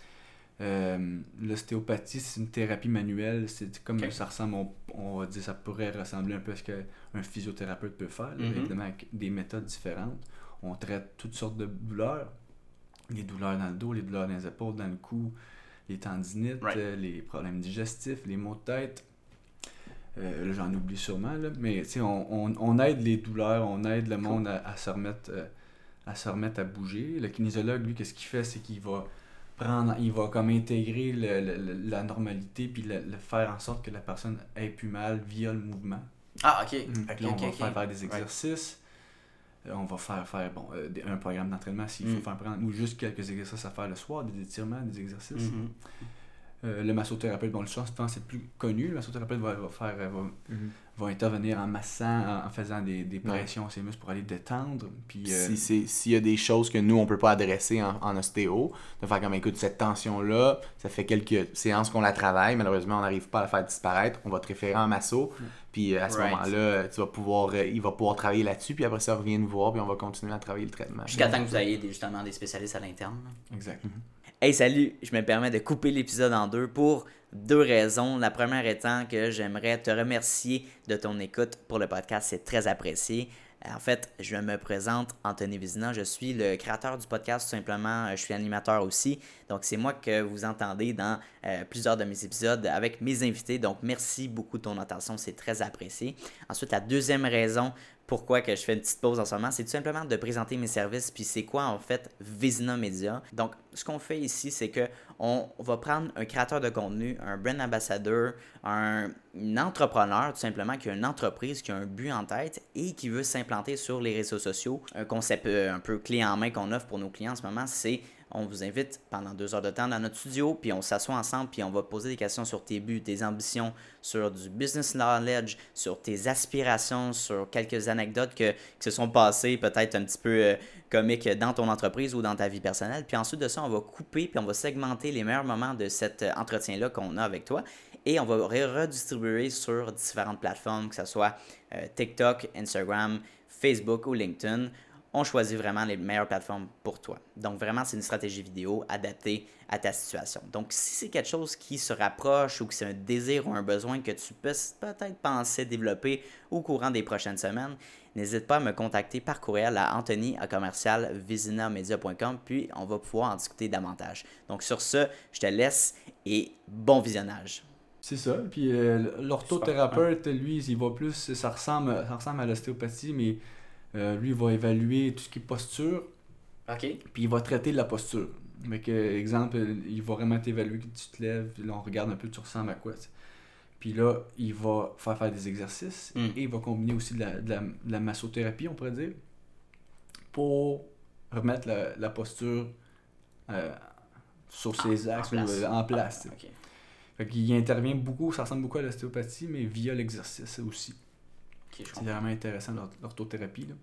Euh, l'ostéopathie, c'est une thérapie manuelle. C'est comme okay. ça ressemble, on, on va dire, ça pourrait ressembler un peu à ce qu'un physiothérapeute peut faire, là, mm-hmm. évidemment avec des méthodes différentes. On traite toutes sortes de douleurs. Les douleurs dans le dos, les douleurs dans les épaules, dans le cou, les tendinites, right. euh, les problèmes digestifs, les maux de tête. Euh, là, j'en oublie sûrement, là, mais on, on, on aide les douleurs, on aide le monde à, à, se remettre, euh, à se remettre à bouger. Le kinésiologue, lui, qu'est-ce qu'il fait, c'est qu'il va prendre, il va comme intégrer le, le, la normalité puis le, le faire en sorte que la personne ait plus mal via le mouvement. Ah, ok. Mmh. okay, là, on okay, va faire, okay. faire des exercices. Right. On va faire, faire bon, euh, un programme d'entraînement s'il faut mm. faire prendre, ou juste quelques exercices à faire le soir, des étirements, des exercices. Mm-hmm. Euh, le massothérapeute, bon, le choix, je pense c'est plus connu. Le massothérapeute va, va, faire, va, mm-hmm. va intervenir en massant, en, en faisant des, des pressions ouais. sur les muscles pour aller détendre. Puis, euh... si c'est, s'il y a des choses que nous, on ne peut pas adresser en, en ostéo, de faire comme, écoute, cette tension-là, ça fait quelques séances qu'on la travaille, malheureusement, on n'arrive pas à la faire disparaître, on va te référer en masso. Mm. Puis à ce right. moment-là, tu vas pouvoir, euh, il va pouvoir travailler là-dessus, puis après ça, revient nous voir, puis on va continuer à travailler le traitement. Jusqu'à temps que vous ayez des, justement des spécialistes à l'interne. Exact. Mm-hmm. Hey, salut! Je me permets de couper l'épisode en deux pour deux raisons. La première étant que j'aimerais te remercier de ton écoute pour le podcast, c'est très apprécié. En fait, je me présente, Anthony Vizina, je suis le créateur du podcast, tout simplement, je suis animateur aussi. Donc, c'est moi que vous entendez dans euh, plusieurs de mes épisodes avec mes invités. Donc, merci beaucoup de ton attention, c'est très apprécié. Ensuite, la deuxième raison pourquoi que je fais une petite pause en ce moment, c'est tout simplement de présenter mes services, puis c'est quoi en fait Vizina Media. Donc, ce qu'on fait ici, c'est que on va prendre un créateur de contenu, un brand ambassadeur, un, un entrepreneur tout simplement qui a une entreprise, qui a un but en tête et qui veut s'implanter sur les réseaux sociaux. Un concept un peu clé en main qu'on offre pour nos clients en ce moment, c'est on vous invite pendant deux heures de temps dans notre studio, puis on s'assoit ensemble, puis on va poser des questions sur tes buts, tes ambitions, sur du business knowledge, sur tes aspirations, sur quelques anecdotes que, qui se sont passées peut-être un petit peu euh, comiques dans ton entreprise ou dans ta vie personnelle. Puis ensuite de ça, on va couper, puis on va segmenter les meilleurs moments de cet entretien-là qu'on a avec toi. Et on va redistribuer sur différentes plateformes, que ce soit euh, TikTok, Instagram, Facebook ou LinkedIn. On choisit vraiment les meilleures plateformes pour toi. Donc, vraiment, c'est une stratégie vidéo adaptée à ta situation. Donc, si c'est quelque chose qui se rapproche ou que c'est un désir ou un besoin que tu peux peut-être penser développer au courant des prochaines semaines, n'hésite pas à me contacter par courriel à anthony à commercial vizina media point com, puis on va pouvoir en discuter davantage. Donc, sur ce, je te laisse et bon visionnage. C'est ça. Puis, euh, l'orthothérapeute, lui, il va plus, ça ressemble, ça ressemble à l'ostéopathie, mais Euh, lui, il va évaluer tout ce qui est posture. OK. Puis il va traiter de la posture. Donc, euh, exemple, il va vraiment t'évaluer que tu te lèves, puis là, on regarde un peu, tu ressembles à quoi. T'sais. Puis là, il va faire faire des exercices mm. et il va combiner aussi de la, de, la, de la massothérapie, on pourrait dire, pour remettre la, la posture euh, sur ses axes en place. Ou, euh, en place. Okay. Fait qu'il intervient beaucoup, ça ressemble beaucoup à l'ostéopathie, mais via l'exercice aussi. Okay, c'est vraiment intéressant l'orthothérapie. Là.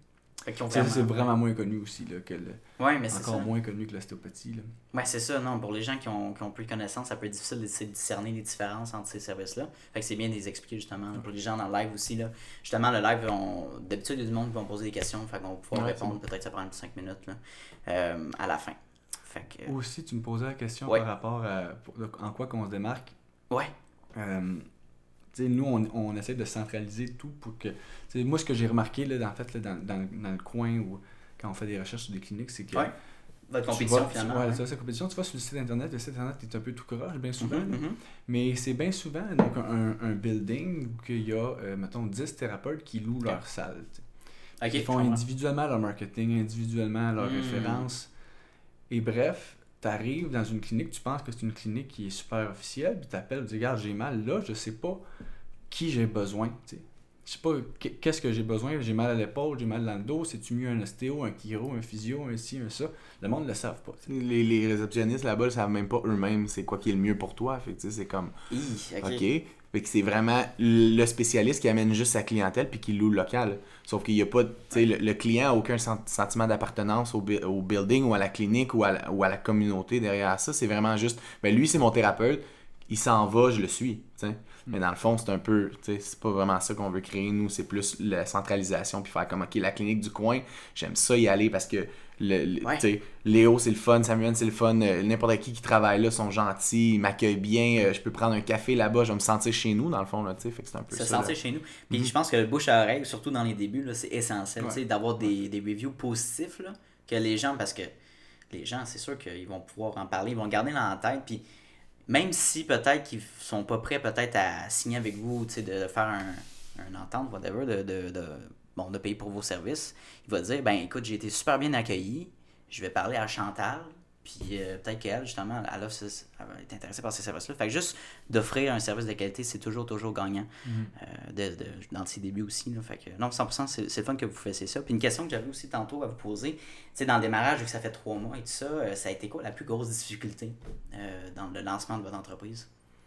Fait qu'ils ont C'est vraiment- c'est vraiment moins connu aussi, là, que le... Ouais, mais c'est encore ça. moins connu que l'ostéopathie. Là. Ouais, c'est ça, non. Pour les gens qui ont, qui ont peu de connaissances, ça peut être difficile de de discerner les différences entre ces services-là. Fait que c'est bien de les expliquer justement. Pour les gens dans le live aussi, là. Justement, le live, on... d'habitude, il y a du monde qui vont poser des questions. Fait qu'on va pouvoir Ouais, répondre. Peut-être que ça prend cinq minutes là, euh, à la fin. Fait que. Aussi, tu me posais la question Ouais. par rapport à pour- en quoi qu'on se démarque. Ouais. Euh, tu sais, nous, on, on essaie de centraliser tout pour que... tu sais, moi, ce que j'ai remarqué, là, en fait, là, dans, dans, dans le coin où, quand on fait des recherches sur des cliniques, c'est que... Ouais. Votre tu compétition vas- finalement. tu- ouais, ouais. c'est ça, compétition. Tu vas sur le site internet, le site internet est un peu tout croche, bien souvent. Mhm, là. mhm. Mais c'est bien souvent donc un, un building où il y a, euh, mettons, dix thérapeutes qui louent Ok. leur salle. tu sais. Ok, Ils font je comprends. individuellement leur marketing, individuellement leurs Mm. références. Et bref, tu arrives dans une clinique, tu penses que c'est une clinique qui est super officielle, puis tu appelles, tu dis, regarde, j'ai mal là, je sais pas qui j'ai besoin. tu sais. Je sais pas qu- qu'est-ce que j'ai besoin, j'ai mal à l'épaule, j'ai mal dans le dos, c'est-tu mieux un ostéo, un chiro, un physio, un ci, un ça. Le monde ne le savent pas. tu sais. Les, les réceptionnistes là-bas ne savent même pas eux-mêmes c'est quoi qui est le mieux pour toi. Fait que, tu sais, c'est comme, Hi, ok. OK. Fait que c'est vraiment le spécialiste qui amène juste sa clientèle puis qui loue le local. Sauf qu'il y a pas, tu sais, le, le client n'a aucun sen- sentiment d'appartenance au, bu- au building ou à la clinique ou à la, ou à la communauté derrière ça. C'est vraiment juste, ben lui c'est mon thérapeute, il s'en va, je le suis. tu sais. Mais dans le fond, c'est un peu, tu sais, c'est pas vraiment ça qu'on veut créer. Nous, c'est plus la centralisation puis faire comme, OK, la clinique du coin, j'aime ça y aller parce que le, le- Ouais. tu sais, Léo, c'est le fun, Samuel, c'est le fun, euh, n'importe qui qui travaille là sont gentils, ils m'accueillent bien, euh, je peux prendre un café là-bas, je vais me sentir chez nous, dans le fond, là, tu sais, fait que c'est un peu Se ça. sentir là. chez nous. Puis Mhm. je pense que le bouche à oreille, surtout dans les débuts, là, c'est essentiel, Ouais. tu sais, d'avoir des, des reviews positifs, là, que les gens, parce que les gens, c'est sûr qu'ils vont pouvoir en parler, ils vont le garder dans la tête, puis même si peut-être qu'ils sont pas prêts peut-être à signer avec vous, tu sais, de, de faire un, un entente, whatever, de, de, de, bon, de payer pour vos services, il va dire, ben écoute, j'ai été super bien accueilli, je vais parler à Chantal, puis euh, peut-être qu'elle, justement, elle, offre ce- elle va être intéressée par ces services-là. Fait que juste d'offrir un service de qualité, c'est toujours, toujours gagnant euh, de, de- dans ses débuts aussi. Là. Fait que, non, cent pour cent, c'est, c'est le fun que vous fassiez ça. Puis une question que j'avais aussi tantôt à vous poser, tu sais, dans le démarrage, vu que ça fait trois mois et tout ça, euh, ça a été quoi la plus grosse difficulté euh, dans le lancement de votre entreprise?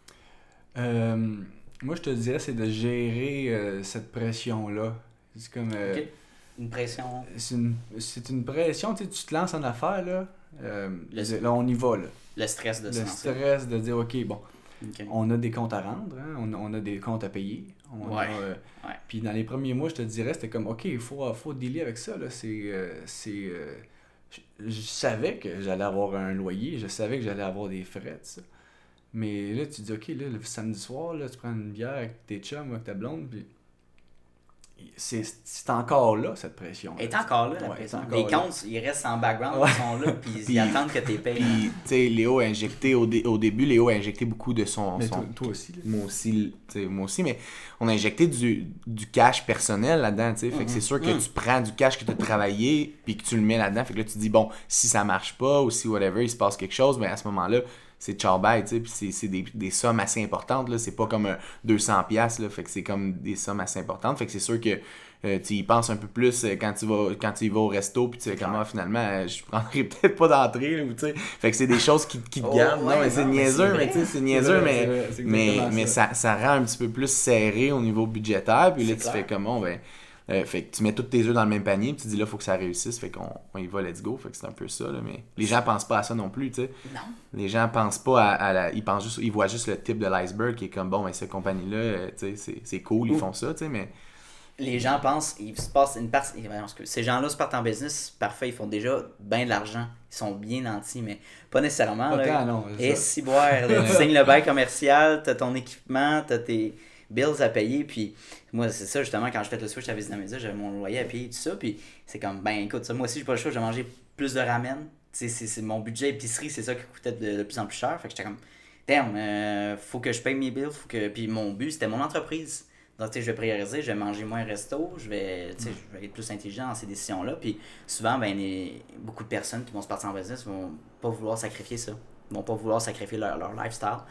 Euh, moi, je te dirais, c'est de gérer euh, cette pression-là. C'est comme... euh, Ok. Une pression. c'est, une, c'est une pression, tu sais, tu te lances en affaires, là. euh, Le- là, on y va, là. Le stress de se Le lancer. stress de dire, OK, bon, Ok. on a des comptes à rendre, hein, on, on a des comptes à payer. On Ouais, a, euh, ouais. Puis dans les premiers mois, je te dirais, c'était comme, OK, il faut, faut dealer avec ça. Là. C'est, euh, c'est, euh, je, je savais que j'allais avoir un loyer, je savais que j'allais avoir des frais, tout ça. Mais là, tu dis, OK, là, le samedi soir, là, tu prends une bière avec tes chums ou avec ta blonde, puis c'est, c'est encore là, cette pression. Elle est encore là, la Ouais, pression. elle est Les encore là. comptes, ils restent en background, Ouais. ils sont là, puis ils Puis- attendent que tu les payes. Puis, tu sais, Léo a injecté, au, dé- au début, Léo a injecté beaucoup de son... Mais son- toi, toi aussi, là. Moi aussi, tu sais, moi aussi, mais on a injecté du, du cash personnel là-dedans, tu sais. Fait que c'est sûr que Mhm. tu prends du cash que tu as travaillé, puis que tu le mets là-dedans. Fait que là, tu te dis, bon, si ça marche pas, ou si whatever, il se passe quelque chose, ben à ce moment-là, c'est ciao bye, tu sais. Puis c'est, c'est des, des sommes assez importantes, là. C'est pas comme un deux cents piastres, là. Fait que c'est comme des sommes assez importantes. Fait que c'est sûr que euh, tu y penses un peu plus euh, quand tu vas quand tu y vas au resto, puis tu sais comment finalement, euh, je prendrais peut-être pas d'entrée, là, ou tu sais. Fait que c'est des choses qui, qui te Oh, gardent. ouais, non, mais c'est non, mais niaiseux, c'est mais vrai. tu sais, c'est C'est niaiseux, vrai, mais... c'est vrai, c'est Mais, exactement mais ça. ça, ça rend un petit peu plus serré au niveau budgétaire. Puis là, C'est tu clair. fais comme, bon, ben, euh, fait que tu mets tous tes œufs dans le même panier. Puis tu dis, là, il faut que ça réussisse. Fait qu'on on y va, let's go. Fait que c'est un peu ça. Là, mais les gens pensent pas à ça non plus, tu sais. Non. Les gens pensent pas à, à la. Ils pensent juste, ils voient juste le type de l'iceberg qui est comme, bon, ben, cette compagnie-là, euh, tu sais, c'est, c'est cool, ils Ouh. font ça, tu sais, mais. Les gens pensent, il se passe une partie. Ces gens-là se partent en business, parfait, ils font déjà bien de l'argent. Ils sont bien nantis, mais pas nécessairement. Pas là. tant, non, c'est Et ça. si boire, là, tu signes le bail commercial, t'as ton équipement, t'as tes bills à payer, puis moi, c'est ça, justement, quand je fais le switch à Visina Media, j'avais mon loyer à payer, tout ça, puis c'est comme, ben écoute, ça, moi aussi, j'ai pas le choix, je vais manger plus de ramen. Tu sais, c'est, c'est mon budget épicerie, c'est ça qui coûtait de, de plus en plus cher. Fait que j'étais comme, damn, euh, faut que je paye mes bills, faut que. Puis mon but, c'était mon entreprise. Donc, tu sais, je vais prioriser, je vais manger moins resto, je vais, tu sais, je vais être plus intelligent dans ces décisions-là. Puis souvent, ben, les, beaucoup de personnes qui vont se partir en business vont pas vouloir sacrifier ça. Ils vont pas vouloir sacrifier leur, leur lifestyle.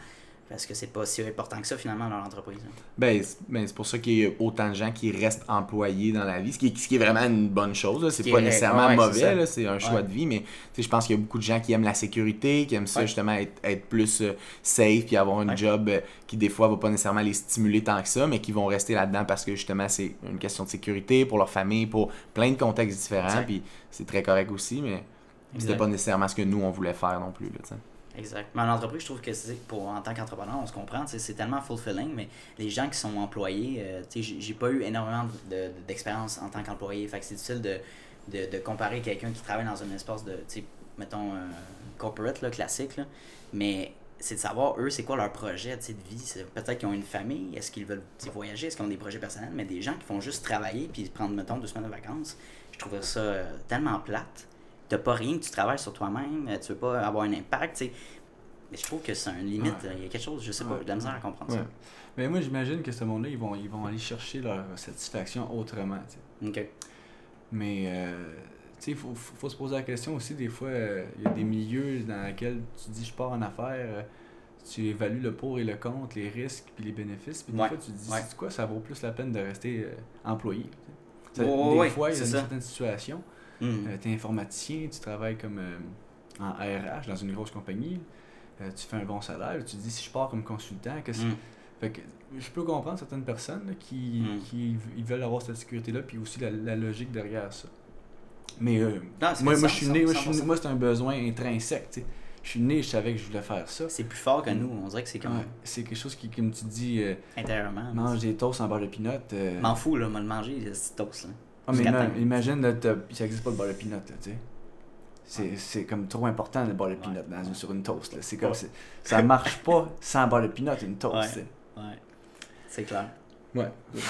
Parce que c'est pas si important que ça, finalement, dans l'entreprise. Hein. Ben, c'est, ben, c'est pour ça qu'il y a autant de gens qui restent employés dans la vie, ce qui est, ce qui est vraiment une bonne chose. Là. C'est Qui pas est- nécessairement ouais, mauvais, c'est ça. là. C'est un choix Ouais. de vie, mais tu sais, je pense qu'il y a beaucoup de gens qui aiment la sécurité, qui aiment ça Ouais. justement être, être plus euh, safe, puis avoir un Ouais. job euh, qui des fois va pas nécessairement les stimuler tant que ça, mais qui vont rester là-dedans parce que justement c'est une question de sécurité pour leur famille, pour plein de contextes différents, Exact. puis c'est très correct aussi, mais c'était Exact. pas nécessairement ce que nous on voulait faire non plus. Là, tu sais. Exact. Mais en entreprise, je trouve que c'est pour en tant qu'entrepreneur, on se comprend, tu sais, c'est tellement fulfilling, mais les gens qui sont employés, euh, tu sais, j'ai- j'ai pas eu énormément de, de- d'expérience en tant qu'employé. Fait que c'est difficile de, de, de comparer quelqu'un qui travaille dans un espace de, tu sais, mettons, euh, corporate, là, classique, là. Mais c'est de savoir, eux, c'est quoi leur projet, tu sais, de vie. C'est- Peut-être qu'ils ont une famille, est-ce qu'ils veulent, tu sais, voyager, est-ce qu'ils ont des projets personnels, mais des gens qui font juste travailler puis prendre, mettons, deux semaines de vacances, je trouve ça euh, tellement plate. T'as pas rien, tu travailles sur toi-même, euh, tu veux pas avoir un impact, tu sais. Mais je trouve que c'est une limite, Ouais. il y a quelque chose, je sais pas, Ouais. j'ai de la misère à comprendre Ouais. Mais moi, j'imagine que ce monde-là, ils vont, ils vont aller chercher leur satisfaction autrement. tu sais. ça. Ok. Mais, euh, tu sais, il faut, faut, faut se poser la question aussi. Des fois, euh, il y a des milieux dans lesquels tu dis, je pars en affaires, euh, tu évalues le pour et le contre, les risques puis les bénéfices. Puis des Ouais. fois, tu te dis, Ouais. c'est quoi, ça vaut plus la peine de rester euh, employé. tu sais. Ça- Ouais, des ouais, fois, il y a c'est une ça. certaine situation. Hmm. tu es informaticien, tu travailles comme euh, en R H dans une grosse compagnie, euh, tu fais un bon salaire, tu te dis si je pars comme consultant, qu'est-ce Hmm. fait que je peux comprendre certaines personnes là, qui, Mm. qui ils veulent avoir cette sécurité-là, puis aussi la, la logique derrière ça. Mais euh, Non, c'est moi, ça, moi, je suis né, moi, je cent suis pour né- cent. moi, c'est un besoin intrinsèque. tu sais. Je suis né, je savais que je voulais faire ça. C'est plus fort que nous, on dirait que c'est comme Ouais, c'est quelque chose qui, comme tu dis, euh, intérieurement. mange des toasts en beurre de pinot. Euh... M'en fous, là, moi, le manger, c'est toast, là. Ah, mais Jusqu'à ima- temps. imagine, là, t'as- ça n'existe pas le beurre de pinot, là, tu sais. C'est, c'est comme trop important le beurre de pinot dans une- sur une toast. Là. C'est comme Ouais. c'est- ça marche pas sans beurre de pinot une toast. Ouais. tu sais. Ouais. C'est clair. Ouais.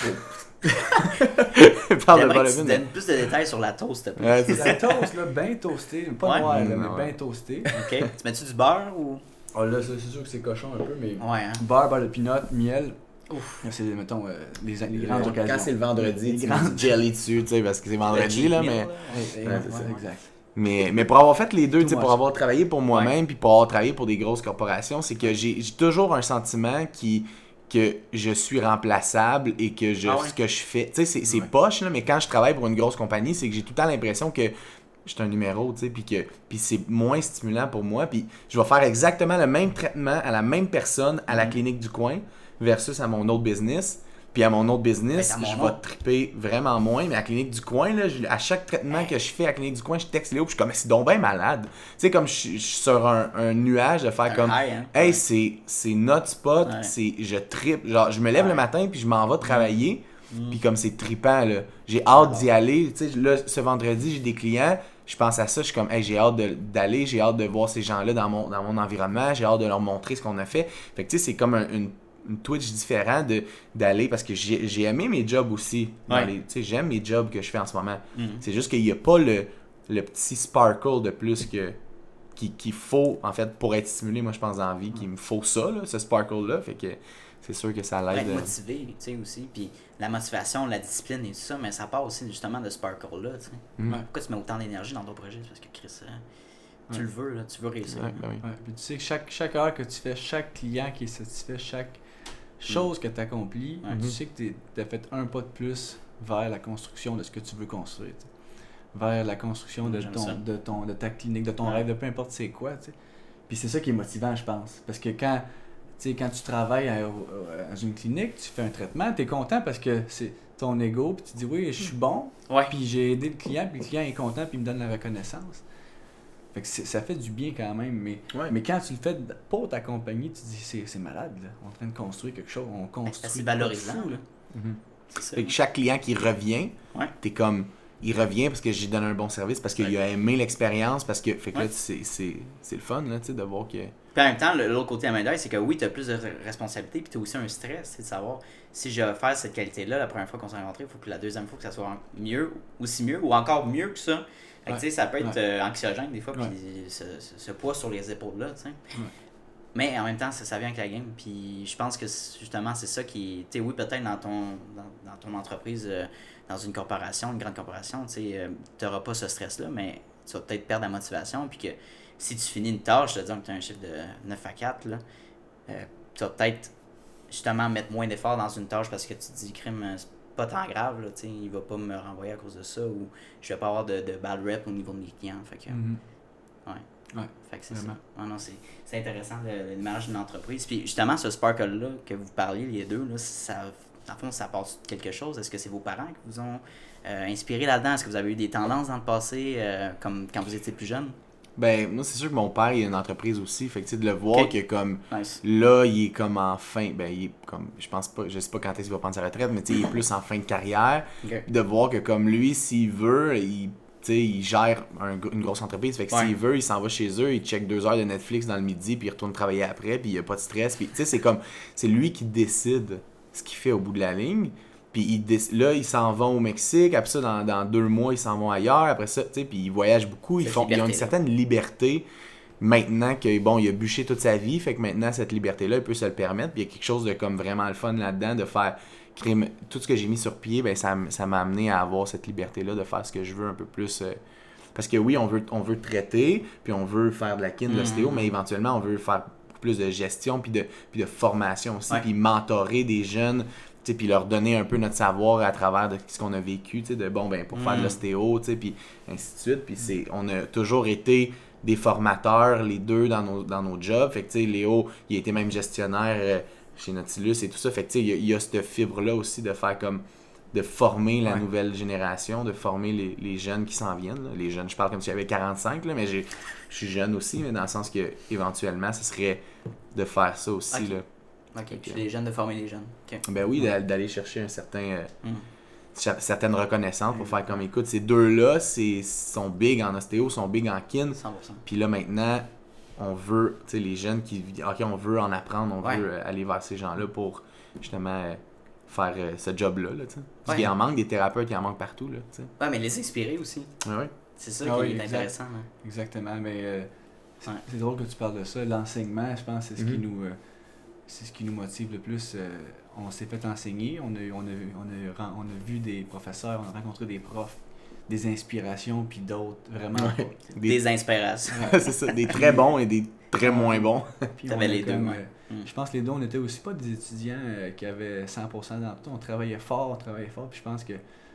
Parle de J'aimerais que Ball tu of donnes plus de détails sur la toast, s'il te plaît. Ouais, c'est La toast, là, bien toastée, pas Ouais. noire, là, Mm, mais ouais. bien toastée. Ok. Tu mets-tu du beurre ou. Oh, là, ça, c'est sûr que c'est cochon un peu, mais Ouais, hein. beurre, beurre de pinot, miel. Ouf. C'est, mettons, euh, les, les Quand, grandes occasions. quand c'est le vendredi, Les tu grandes- mets du jelly dessus, tu sais, parce que c'est vendredi, Le là, cheat mais... meal, là. Ouais, ouais, Ouais, ouais, c'est ça. exact. Mais, mais pour avoir fait les deux, tu sais, Too pour much. avoir travaillé pour moi-même puis pour avoir travaillé pour des grosses corporations, c'est que j'ai j'ai toujours un sentiment qui que je suis remplaçable et que je, Ah ouais? ce que je fais, tu sais, c'est c'est Ouais. poche, là, mais quand je travaille pour une grosse compagnie, c'est que j'ai tout le temps l'impression que je suis un numéro, tu sais, puis que puis c'est moins stimulant pour moi, puis je vais faire exactement le même traitement à la même personne à la Mhm. clinique du coin versus à mon autre business. Puis à mon autre business, Ben, t'as je mon vais nom. triper vraiment moins. Mais à la clinique du coin, là, je- à chaque traitement que je fais à la clinique du coin, je texte Léo, puis je suis comme, c'est donc bien malade. Tu sais, comme je je suis sur un, un nuage de faire Un comme, high, hein. hey, Ouais. c'est, c'est notre spot, Ouais. c'est, je tripe. Genre, je me lève Ouais. le matin, puis je m'en vais travailler. Mm. Puis comme c'est trippant, là. J'ai hâte d'y aller. Tu sais, là, ce vendredi, j'ai des clients. Je pense à ça, je suis comme, hey, j'ai hâte de- d'aller, j'ai hâte de voir ces gens-là dans mon, dans mon environnement, j'ai hâte de leur montrer ce qu'on a fait. Fait que tu sais, c'est comme un- une, une Twitch différent de, d'aller, parce que j'ai, j'ai aimé mes jobs aussi. dans Ouais. les- Tu sais, j'aime mes jobs que je fais en ce moment. Mm. C'est juste qu'il n'y a pas le, le petit sparkle de plus que qui- qu'il faut, en fait, pour être stimulé, moi, je pense, dans la vie, qu'il me faut ça, là, ce sparkle-là. Fait que c'est sûr que ça Pour l'aide. être euh, motivé, tu sais, aussi. Puis la motivation, la discipline et tout ça, mais ça part aussi justement de ce parcours-là, tu sais. Mm. Ouais. Pourquoi tu mets autant d'énergie dans ton projet? C'est parce que Chris, euh, tu Ouais. le veux, là, tu veux réussir. Ouais, ben oui. Ouais, puis tu sais que chaque, chaque heure que tu fais, chaque client qui est satisfait, chaque chose que tu accomplis, Ouais. tu sais que tu as fait un pas de plus vers la construction de ce que tu veux construire. tu sais. Vers la construction de, J'aime ton, ça. de, ton, de ta clinique, de ton Ouais. rêve, de peu importe c'est quoi. tu sais. Puis c'est ça qui est motivant, je pense. Parce que quand, tu sais, quand tu travailles à- au- dans une clinique, tu fais un traitement, tu es content parce que c'est ton ego, puis tu dis oui, je suis bon, Ouais. puis j'ai aidé le client, puis le client est content, puis il me donne la reconnaissance. Fait que c'est- ça fait du bien quand même, mais, Ouais. mais quand tu le fais pour ta compagnie, tu te dis c'est, c'est malade, là. On est en train de construire quelque chose, on construit. assez de quoi de valorisant, fou, là. Mhm. C'est ça. Fait que chaque client qui revient, Ouais. t'es comme, il revient parce que j'ai donné un bon service, parce qu'il Ouais. a aimé l'expérience, parce que, fait que là, Ouais. c'est, c'est, c'est le fun, là, tu sais, de voir que... Puis en même temps, le- l'autre côté à main d'œil, c'est que oui, tu as plus de re- responsabilités, puis tu as aussi un stress, c'est de savoir si je vais faire cette qualité-là la première fois qu'on s'est rencontrés, il faut que la deuxième fois que ça soit en- mieux, aussi mieux, ou encore mieux que ça. Fait que, Ouais. tu sais, ça peut être Ouais. euh, anxiogène des fois, puis Ouais. ce, ce- ce poids sur les épaules-là, tu sais. Mais en même temps, ça, ça vient avec la game. Puis je pense que c'est- justement, c'est ça qui. Tu sais, oui, peut-être dans ton, dans, dans ton entreprise, euh, dans une corporation, une grande corporation, tu sais, tu n'auras pas ce stress-là, mais tu vas peut-être perdre la motivation. Puis que si tu finis une tâche, je te dis que tu as un chiffre de neuf à quatre, là, euh, tu vas peut-être justement mettre moins d'efforts dans une tâche parce que tu te dis, crime, c'est pas tant grave, là, t'sais, il va pas me renvoyer à cause de ça ou je vais pas avoir de, de bad rep au niveau de mes clients. Fait que, Mm-hmm. ouais. Ouais, fait que c'est vraiment. ça. Ah non, c'est, c'est intéressant l'image d'une entreprise. Puis justement, ce sparkle-là que vous parliez, les deux, là, ça, dans le fond, ça part de quelque chose. Est-ce que c'est vos parents qui vous ont euh, inspiré là-dedans? Est-ce que vous avez eu des tendances dans le passé, euh, comme quand vous étiez plus jeune? Ben, moi, c'est sûr que mon père, il a une entreprise aussi. Fait que, tu sais, de le voir Okay. que, comme, Nice. là, il est comme en fin. Ben, il est comme, je pense pas, je sais pas quand est-ce qu'il va prendre sa retraite, mais, tu sais, il est plus en fin de carrière. Okay. De voir que, comme lui, s'il veut, il, tu sais, il gère un, une grosse entreprise. Fait que, Ouais. s'il veut, il s'en va chez eux, il check deux heures de Netflix dans le midi, puis il retourne travailler après, puis il a pas de stress. Puis, tu sais, c'est comme, c'est lui qui décide ce qu'il fait au bout de la ligne. Puis il déc- là, ils s'en vont au Mexique. Après ça, dans, dans deux mois, ils s'en vont ailleurs. Après ça, tu sais, puis ils voyagent beaucoup. Ils, Cette font, ils ont une liberté-là. certaine liberté maintenant que, bon, il a bûché toute sa vie. Fait que maintenant, cette liberté-là, il peut se le permettre. Puis il y a quelque chose de comme vraiment le fun là-dedans, de faire crime. Tout ce que j'ai mis sur pied, ben ça, m- ça m'a amené à avoir cette liberté-là, de faire ce que je veux un peu plus. euh, Parce que oui, on veut, on veut traiter, puis on veut faire de la kin, de l'ostéo, Mhm. mais éventuellement, on veut faire beaucoup plus de gestion, puis de, puis de formation aussi, Ouais. puis mentorer des jeunes, tu sais, puis leur donner un peu notre savoir à travers de ce qu'on a vécu, tu sais, de bon, ben, pour faire de Mhm. l'ostéo, tu sais, puis ainsi de suite. Puis c'est, on a toujours été des formateurs, les deux, dans nos, dans nos jobs. Fait que, tu sais, Léo, il a été même gestionnaire euh, chez Nautilus et tout ça. Fait que, tu sais, il y a, il y a cette fibre-là aussi de faire comme de former la Ouais. nouvelle génération, de former les, les jeunes qui s'en viennent. Là. Les jeunes, je parle comme si j'avais quarante-cinq, là, mais j'ai, je suis jeune aussi, mais dans le sens que éventuellement, ce serait de faire ça aussi. Ok. Là. OK. Puis les jeunes, de former les jeunes. OK. Ben oui, d'a- d'aller chercher un certain, euh, Mm. cer- certaine reconnaissance pour faire comme, écoute, ces deux-là, c'est, sont big en ostéo, sont big en kin. cent pour cent. Puis là, maintenant, on veut, tu sais, les jeunes qui, OK, on veut en apprendre, on Ouais. veut euh, aller vers ces gens-là pour justement euh, faire euh, ce job-là, là, tu sais. Parce Ouais. qu'il en manque des thérapeutes, il en manque partout, là, tu sais. Ouais, mais les inspirer aussi. Ouais, ouais. C'est ça Ah qui oui, est exact. intéressant. Hein. Exactement, mais euh, c'est, Ouais. c'est drôle que tu parles de ça. L'enseignement, je pense, c'est ce qui Mhm. nous, euh, c'est ce qui nous motive le plus. Euh, on s'est fait enseigner, on a, on, a, on, a, ren- on a vu des professeurs, on a rencontré des profs, des inspirations, puis d'autres vraiment Ouais. pas. Des, Des inspirations. c'est ça, des très bons et des très moins bons. Puis T'avais on a les deux, comme, ouais. euh, Mm. Je pense que les deux, on était aussi pas des étudiants euh, qui avaient cent pour cent d'emploi. On travaillait fort, on travaillait fort, puis je pense que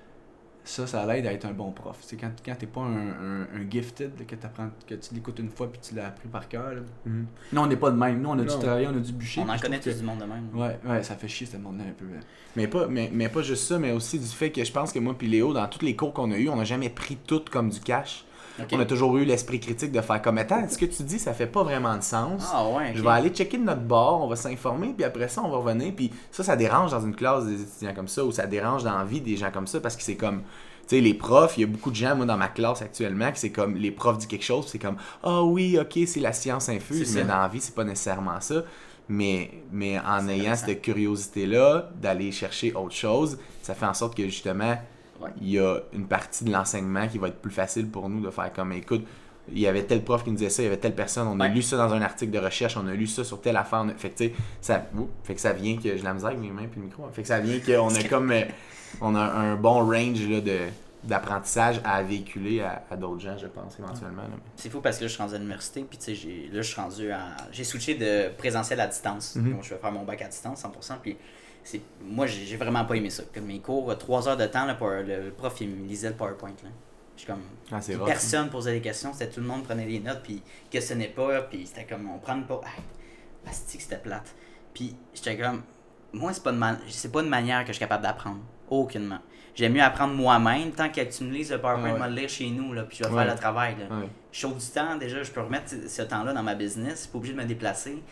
ça, ça l'aide à être un bon prof. C'est quand, quand t'es pas un, un, un gifted, là, que, t'apprends, que tu l'écoutes une fois puis tu l'as appris par cœur. là. Mhm. Non, on n'est pas de même. Nous, on a Non. dû travailler, on a dû bûcher. On en puis je connaît trouve tous du monde de même. que- Ouais, ouais, ça fait chier ce monde-là un peu. là. Mais pas, mais, mais pas juste ça, mais aussi du fait que je pense que moi puis Léo, dans tous les cours qu'on a eu, on n'a jamais pris tout comme du cash. OK. On a toujours eu l'esprit critique de faire comme, attends, ce que tu dis, ça fait pas vraiment de sens. Ah ouais. Je ok. vais aller checker de notre bord, on va s'informer, puis après ça, on va revenir. Puis ça, ça dérange dans une classe des étudiants comme ça, ou ça dérange dans la vie des gens comme ça, parce que c'est comme, tu sais, les profs, il y a beaucoup de gens, moi, dans ma classe actuellement, que c'est comme, les profs disent quelque chose, puis c'est comme, ah oui, ok, c'est la science infuse, C'est mais ça. dans la vie, c'est pas nécessairement ça. Mais, mais en C'est ayant intéressant. cette curiosité-là, d'aller chercher autre chose, ça fait en sorte que justement, Ouais. il y a une partie de l'enseignement qui va être plus facile pour nous de faire comme, écoute, il y avait tel prof qui nous disait ça, il y avait telle personne, on a Ouais. lu ça dans un article de recherche, on a lu ça sur telle affaire. On a- Fait que, tu sais, ça, ouh, fait que ça vient que j'ai la misère avec mes mains puis le micro. hein. Fait que ça vient qu'on a comme, euh, on a un bon range là, de, d'apprentissage à véhiculer à, à d'autres gens, je pense, éventuellement. là. C'est fou parce que là, je suis rendu à l'université, puis tu sais, j'ai- là, je suis rendu à... J'ai switché de présentiel à distance. Mhm. Donc, je vais faire mon bac à distance, cent pour cent, puis c'est... moi, j'ai j'ai vraiment pas aimé ça. Comme mes cours, trois heures de temps, là, pour le, le prof, il me lisait le PowerPoint, là. Je suis comme... Ah, c'est Puis rare. personne posait des questions, c'était tout le monde prenait des notes, puis questionnait pas, puis c'était comme, on prend pas... Ah, asti que c'était plate. Puis j'étais comme... Moi, c'est pas, de man- c'est pas une manière que je suis capable d'apprendre. Aucunement. J'aime mieux apprendre moi-même, tant que tu me lises le PowerPoint, Ah ouais. je vais le lire chez nous, là, puis je vais Ouais. faire le travail, là. Ouais. Je sauve du temps, déjà, je peux remettre ce temps-là dans ma business, je suis pas obligé de me déplacer.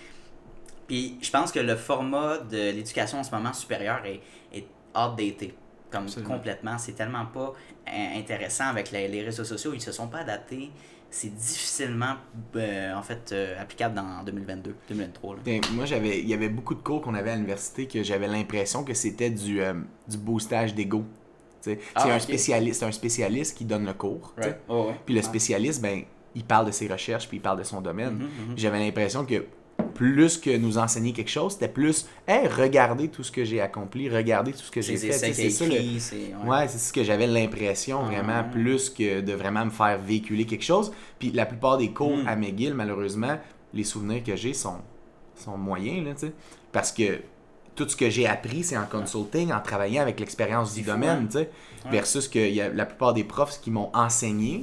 Puis je pense que le format de l'éducation en ce moment supérieure est, est outdated, comme Absolument. complètement. C'est tellement pas euh, intéressant avec les, les réseaux sociaux, ils se sont pas adaptés. C'est difficilement, euh, en fait, euh, applicable dans deux mille vingt-deux, deux mille vingt-trois. Là. Putain, moi, j'avais, il y avait beaucoup de cours qu'on avait à l'université que j'avais l'impression que c'était du, euh, du boostage d'ego. Tu sais, Ah, c'est un ok. spécialiste, c'est un spécialiste qui donne le cours. tu sais. Right. Oh, ouais. Puis le Ah. spécialiste, ben, il parle de ses recherches, puis il parle de son domaine. Mhm, mhm. J'avais l'impression que plus que nous enseigner quelque chose, c'était plus, hey, regardez tout ce que j'ai accompli, regardez tout ce que j'ai C'est fait. ça Tu sais, qui est c'est ça le- écrit, c'est... Ouais. Ouais, c'est ce que j'avais l'impression, Ah, vraiment, ouais. plus que de vraiment me faire véhiculer quelque chose. Puis la plupart des cours Mm. à McGill, malheureusement, les souvenirs que j'ai sont, sont moyens, là, tu sais. Parce que tout ce que j'ai appris, c'est en consulting, en travaillant avec l'expérience du domaine, tu sais. Ouais. Versus que y a la plupart des profs qui m'ont enseigné,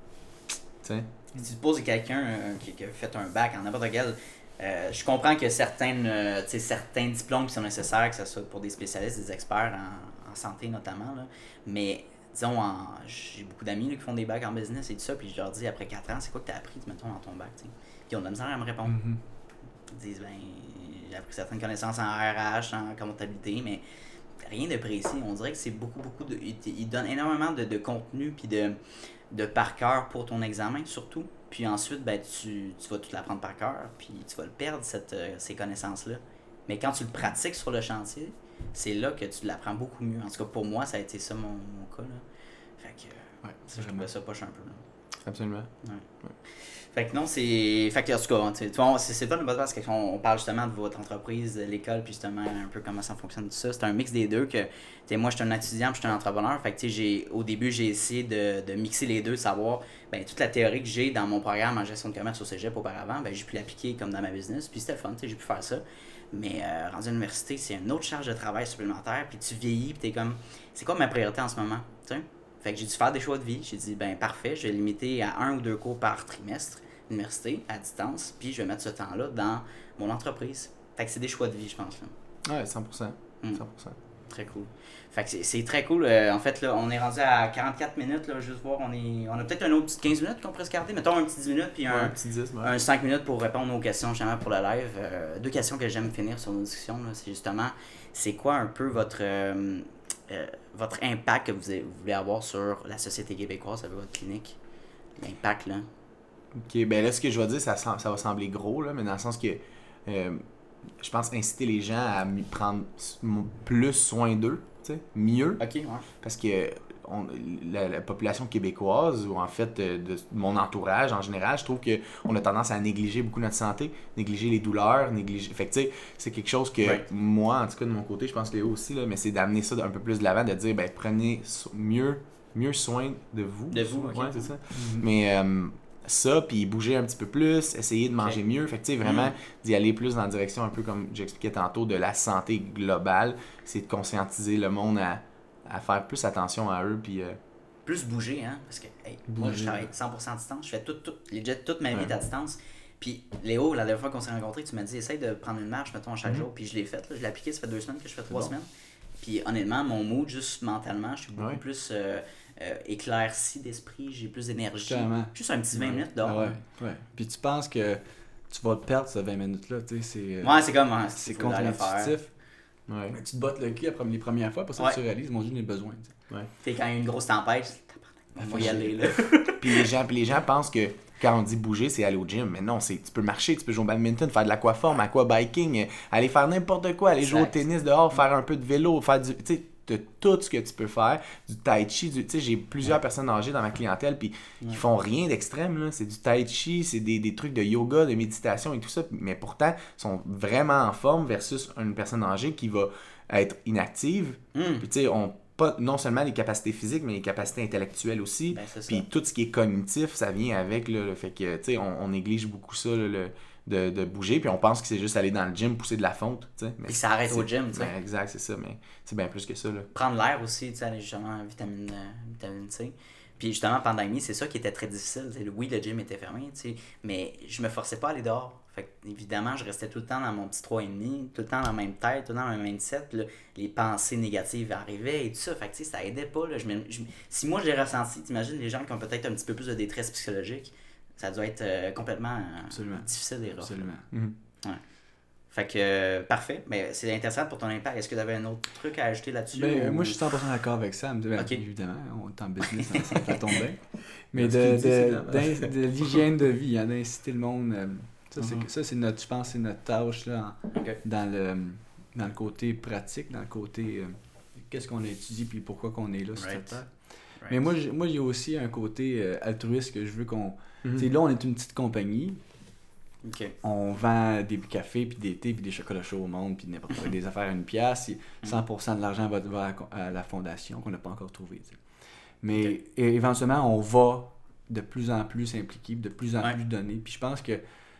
tu sais. Si tu te poses quelqu'un euh, qui, qui a fait un bac en n'importe quel... Euh, je comprends que certaines, euh, certains diplômes qui sont nécessaires, que ce soit pour des spécialistes, des experts en, en santé notamment, là, mais disons, en, j'ai beaucoup d'amis là, qui font des bacs en business et tout ça, puis je leur dis après quatre ans, c'est quoi que tu as appris, mettons, dans ton bac, t'sais? Puis ils ont de la misère à me répondre. Mm-hmm. Ils disent, ben, j'ai appris certaines connaissances en R H, en comptabilité, mais rien de précis. On dirait que c'est beaucoup, beaucoup de... Ils donnent énormément de, de contenu puis de, de par cœur pour ton examen, surtout. Puis ensuite, ben, tu, tu vas tout l'apprendre par cœur, puis tu vas le perdre, cette, euh, ces connaissances-là. Mais quand tu le pratiques sur le chantier, c'est là que tu l'apprends beaucoup mieux. En tout cas, pour moi, ça a été ça mon, mon cas. Là. Fait que, ouais, ça, je trouvais ça poche un peu. Là. Absolument. Ouais. Ouais. Fait que non, c'est. Fait que, en tout cas, tu vois, c'est, c'est pas une bonne parce qu'on parle justement de votre entreprise, de l'école, puis justement un peu comment ça fonctionne, tout ça. C'est un mix des deux. que t'sais, Moi, je suis un étudiant, puis je suis un entrepreneur. Fait que, j'ai, au début, j'ai essayé de, de mixer les deux, savoir ben, toute la théorie que j'ai dans mon programme en gestion de commerce au cégep auparavant, ben, j'ai pu l'appliquer comme dans ma business, puis c'était le fun, j'ai pu faire ça. Mais euh, rendu à l'université, c'est une autre charge de travail supplémentaire, puis tu vieillis, puis t'es comme, c'est quoi ma priorité en ce moment, tu sais? Fait que j'ai dû faire des choix de vie. J'ai dit, ben parfait, je vais limiter à un ou deux cours par trimestre, université, à distance, puis je vais mettre ce temps-là dans mon entreprise. Fait que c'est des choix de vie, je pense. Là. Ouais, cent pour cent. Mm. cent pour cent. Très cool. Fait que c'est, c'est très cool. Euh, en fait, là, on est rendu à quarante-quatre minutes, là, juste voir, on est. On a peut-être un autre petit quinze minutes qu'on pourrait se garder. Mettons un petit dix minutes, puis un, ouais, un petit dix, ouais. un cinq minutes pour répondre aux questions, justement, pour le live. Euh, deux questions que j'aime finir sur nos discussions, là, c'est justement, c'est quoi un peu votre. Euh, Euh, votre impact que vous, avez, vous voulez avoir sur la société québécoise avec votre clinique, l'impact là. Ok, ben là ce que je vais dire, ça, ça va sembler gros là, mais dans le sens que euh, je pense inciter les gens à prendre plus soin d'eux, tu sais, mieux. Ok, ouais. Parce que on, la, la population québécoise, ou en fait de, de mon entourage en général, je trouve qu'on a tendance à négliger beaucoup notre santé, négliger les douleurs, négliger... Fait que tu sais, c'est quelque chose que right. moi, en tout cas de mon côté, je pense Léo aussi, là, mais c'est d'amener ça un peu plus de l'avant, de dire, ben prenez mieux, mieux soin de vous. De vous, ok. Ouais, c'est ça. Mm-hmm. Mais euh, ça, puis bouger un petit peu plus, essayer de manger okay. mieux. Fait que tu sais, vraiment mm. d'y aller plus dans la direction, un peu comme j'expliquais tantôt, de la santé globale, c'est de conscientiser le monde à à faire plus attention à eux, puis... Euh... Plus bouger, hein, parce que, hey, moi, je travaille cent pour cent à distance, je fais tout, tout, legit, toute ma vie ouais. à distance, puis Léo, la dernière fois qu'on s'est rencontrés, tu m'as dit, essaye de prendre une marche, mettons, chaque mm-hmm. jour, puis je l'ai fait, là, je l'ai appliqué, ça fait deux semaines que je fais trois bon. semaines, puis honnêtement, mon mood, juste mentalement, je suis beaucoup ouais. plus euh, euh, éclairci d'esprit, j'ai plus d'énergie, Carrément. Juste un petit vingt ouais. minutes dehors. Ouais, ouais, puis tu penses que tu vas te perdre, ces vingt minutes-là, tu sais, c'est... Ouais, c'est comme... Hein, c'est contre-intuitif. Ouais. Tu te bottes le cul après les premières fois, parce que ouais. tu réalises, mon Dieu, j'en ai besoin. Tu sais, quand il y a une grosse tempête, il faut y aller. Là. puis, les gens, puis les gens pensent que quand on dit bouger, c'est aller au gym. Mais non, c'est tu peux marcher, tu peux jouer au badminton, faire de l'aquaforme, aquabiking, aller faire n'importe quoi, aller exact. Jouer au tennis dehors, faire un peu de vélo, faire du... Tu sais, de tout ce que tu peux faire, du tai chi, du, tu sais, j'ai plusieurs ouais. personnes âgées dans ma clientèle, puis ouais. ils font rien d'extrême, là, c'est du tai chi, c'est des, des trucs de yoga, de méditation et tout ça, mais pourtant, sont vraiment en forme versus une personne âgée qui va être inactive, mm. puis tu sais, on pas non seulement les capacités physiques, mais les capacités intellectuelles aussi, ben, puis tout ce qui est cognitif, ça vient avec, là, le fait que, tu sais, on, on néglige beaucoup ça, là, le... De, de bouger, puis on pense que c'est juste aller dans le gym, pousser de la fonte, tu sais. Puis ça arrête au gym, tu sais. Ben, exact, c'est ça, mais c'est bien plus que ça, là. Prendre l'air aussi, tu sais, aller justement vitamine, euh, vitamine C. Puis justement, pendant la pandémie, c'est ça qui était très difficile. T'sais. Oui, le gym était fermé, tu sais, mais je me forçais pas à aller dehors. Fait que, évidemment, je restais tout le temps dans mon petit trois virgule cinq, tout le temps dans la même tête, tout le temps dans le même mindset, puis là, les pensées négatives arrivaient et tout ça. Fait que, tu sais, ça aidait pas, là. Je me, je, si moi, je l'ai ressenti, t'imagines les gens qui ont peut-être un petit peu plus de détresse psychologique, ça doit être euh, complètement euh, difficile et rough. Absolument. Mm-hmm. Ouais. Fait que, euh, parfait. Mais c'est intéressant pour ton impact. Est-ce que tu avais un autre truc à ajouter là-dessus? Ben, ou... Moi, je suis cent pour cent d'accord avec ça. Ben, okay. Évidemment, on est en business, ça, ça tombe bien. Mais de, de, de, de l'hygiène de vie, hein, d'inciter le monde. Euh, ça, mm-hmm. c'est, ça, c'est notre, je pense, c'est notre tâche là, en, okay. dans, le, dans le côté pratique, dans le côté euh, qu'est-ce qu'on a étudié puis pourquoi qu'on est là sur right. cette terre. Right. Mais moi, j'ai, moi, il y a aussi un côté euh, altruiste que je veux qu'on... Mm-hmm. Là, on est une petite compagnie. Okay. On vend des cafés, puis des thés, puis des chocolats chauds au monde, puis n'importe quoi, des affaires à une pièce. cent pour cent de l'argent va, va à la fondation qu'on n'a pas encore trouvé. T'sais. Mais okay. éventuellement, on va de plus en plus s'impliquer, de plus en ouais. plus donner. Puis je pense que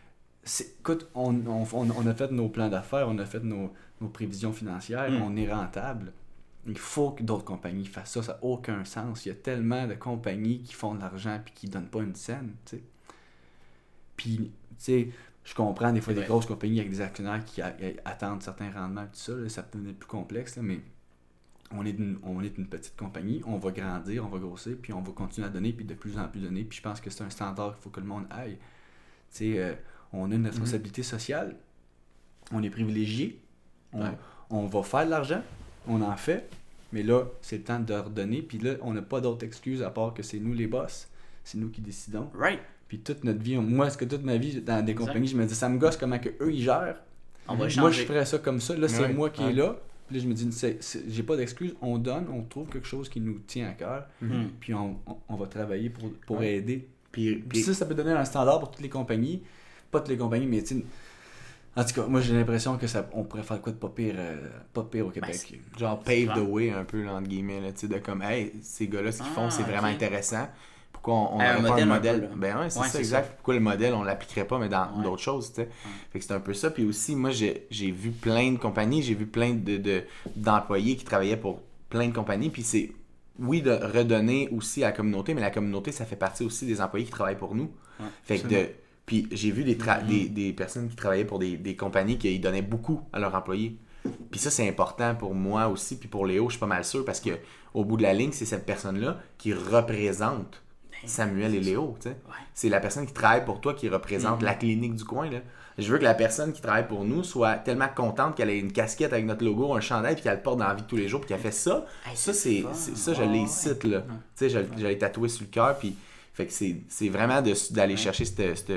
c'est, écoute, on, on, on, on a fait nos plans d'affaires, on a fait nos, nos prévisions financières, mm. on est rentable. Il faut que d'autres compagnies fassent ça, ça n'a aucun sens. Il y a tellement de compagnies qui font de l'argent et qui ne donnent pas une scène, tu sais. Puis, tu sais, je comprends des fois c'est des vrai. grosses compagnies avec des actionnaires qui a, a, attendent certains rendements et tout ça, là, ça peut devenir plus complexe, là, mais on est, une, on est une petite compagnie, on va grandir, on va grossir, puis on va continuer à donner, puis de plus en plus donner, puis je pense que c'est un standard qu'il faut que le monde aille. Tu sais, euh, on a une responsabilité mm-hmm. sociale, on est privilégié, on, ouais. on va faire de l'argent, on en fait, mais là, c'est le temps de redonner, puis là, on n'a pas d'autre excuse à part que c'est nous les boss, c'est nous qui décidons. Right. Puis toute notre vie, moi, est-ce que toute ma vie, dans des exact. compagnies, je me dis, ça me gosse comment que eux ils gèrent. On va moi, je ferais ça comme ça, là, c'est ouais. moi qui ouais. est là. Puis là, je me dis, c'est, c'est, j'ai pas d'excuse, on donne, on trouve quelque chose qui nous tient à cœur, mm-hmm. puis on, on, on va travailler pour, pour ouais. aider. Puis, puis ça, ça peut donner un standard pour toutes les compagnies. Pas toutes les compagnies, mais tu sais, en tout cas, moi j'ai l'impression que ça, on pourrait faire quoi de pas pire, euh, pas pire au Québec. Ben, genre pave the way un peu, là, entre guillemets, là, tu sais, de comme, hey, ces gars-là, ce qu'ils font, ah, c'est vraiment okay. intéressant. Pourquoi on n'aurait pas un modèle? Peu, ben ouais, c'est ouais, ça, c'est exact. Ça. Pourquoi le modèle, on ne l'appliquerait pas, mais dans ouais. d'autres choses, tu sais. Ouais. Fait que c'est un peu ça. Puis aussi, moi, j'ai, j'ai vu plein de compagnies, j'ai vu plein de, de, d'employés qui travaillaient pour plein de compagnies. Puis c'est, oui, de redonner aussi à la communauté, mais la communauté, ça fait partie aussi des employés qui travaillent pour nous. Ouais, fait que de... Puis j'ai vu des, tra- mm-hmm. des, des personnes qui travaillaient pour des, des compagnies qui donnaient beaucoup à leurs employés. Puis ça, c'est important pour moi aussi, puis pour Léo, je suis pas mal sûr, parce que au bout de la ligne, c'est cette personne-là qui représente Samuel et Léo, tu sais. Ouais. C'est la personne qui travaille pour toi qui représente mm-hmm. la clinique du coin, là. Je veux que la personne qui travaille pour nous soit tellement contente qu'elle ait une casquette avec notre logo, un chandail, puis qu'elle le porte dans la vie de tous les jours, puis qu'elle fait ça. Hey, ça, c'est, c'est ça, je oh, l'ai ici, là. Tu sais, je, je l'ai tatoué sur le cœur, puis fait que c'est, c'est vraiment de, d'aller ouais. chercher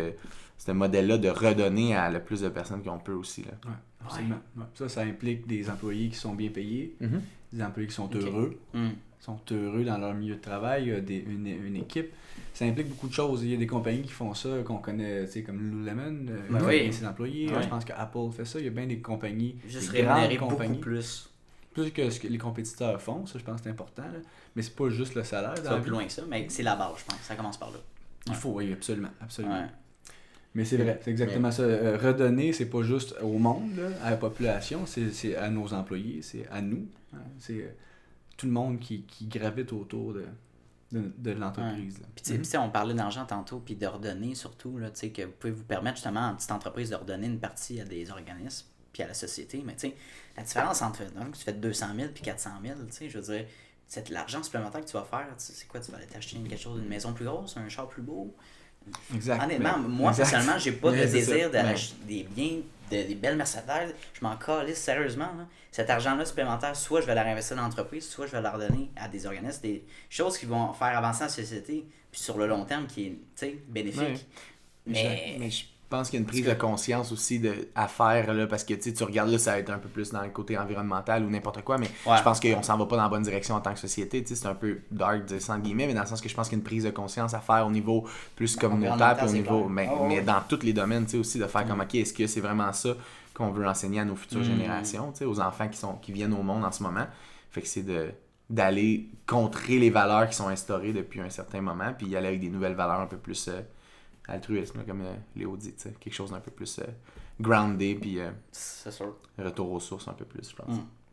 ce modèle-là, de redonner à le plus de personnes qu'on peut aussi, là. Ouais, absolument. Ouais. Ça, ça implique des employés qui sont bien payés, mm-hmm. des employés qui sont okay. heureux, mm. sont heureux dans leur milieu de travail, des, une, une équipe. Ça implique beaucoup de choses. Il y a des compagnies qui font ça, qu'on connaît, tu sais, comme Lululemon, euh, ben oui. ses employés. Ouais. Je pense qu'Apple fait ça. Il y a bien des compagnies, juste des grandes compagnies. Beaucoup plus. Plus que ce que les compétiteurs font, ça, je pense que c'est important. Là. Mais c'est pas juste le salaire. Ça va plus loin que ça, mais c'est la base, je pense. Ça commence par là. Il ouais. faut, oui, absolument. absolument. Ouais. Mais c'est vrai, c'est exactement mais... ça. Euh, redonner, c'est pas juste au monde, là, à la population, c'est, c'est à nos employés, c'est à nous. Hein, c'est euh, tout le monde qui, qui gravite autour de... De, de l'entreprise. Ouais. Puis tu sais, mm-hmm. on parlait d'argent tantôt, puis de redonner surtout, là, que vous pouvez vous permettre justement en petite entreprise de redonner une partie à des organismes puis à la société. Mais tu sais, la différence entre donc, tu fais deux cent mille puis quatre cent mille, tu sais, je veux dire, c'est l'argent supplémentaire que tu vas faire, c'est quoi, tu vas aller t'acheter quelque chose, une maison plus grosse, un char plus beau. Exact. Honnêtement, mais, moi, exact. personnellement, j'ai pas mais de désir d'acheter des biens, de, des belles Mercedes. Je m'en calisse sérieusement. Là. Cet argent-là supplémentaire, soit je vais la réinvestir dans l'entreprise, soit je vais la redonner à des organismes, des choses qui vont faire avancer la société, puis sur le long terme, qui est bénéfique. Oui. Mais... mais je pense qu'il y a une prise de conscience aussi de, à faire, là, parce que tu regardes là, ça va être un peu plus dans le côté environnemental ou n'importe quoi, mais ouais. je pense qu'on s'en va pas dans la bonne direction en tant que société. C'est un peu dark, sans guillemets, mais dans le sens que je pense qu'il y a une prise de conscience à faire au niveau plus communautaire, puis au niveau, mais, oh, mais ouais. dans tous les domaines aussi, de faire mm. comme, ok, est-ce que c'est vraiment ça qu'on veut enseigner à nos futures mm. générations, aux enfants qui, sont, qui viennent au monde en ce moment. Fait que c'est de d'aller contrer les valeurs qui sont instaurées depuis un certain moment, puis y aller avec des nouvelles valeurs un peu plus... Euh, altruisme, comme euh, Léo dit, t'sais. Quelque chose d'un peu plus euh, groundé, puis euh, c'est sûr. Retour aux sources un peu plus, je pense.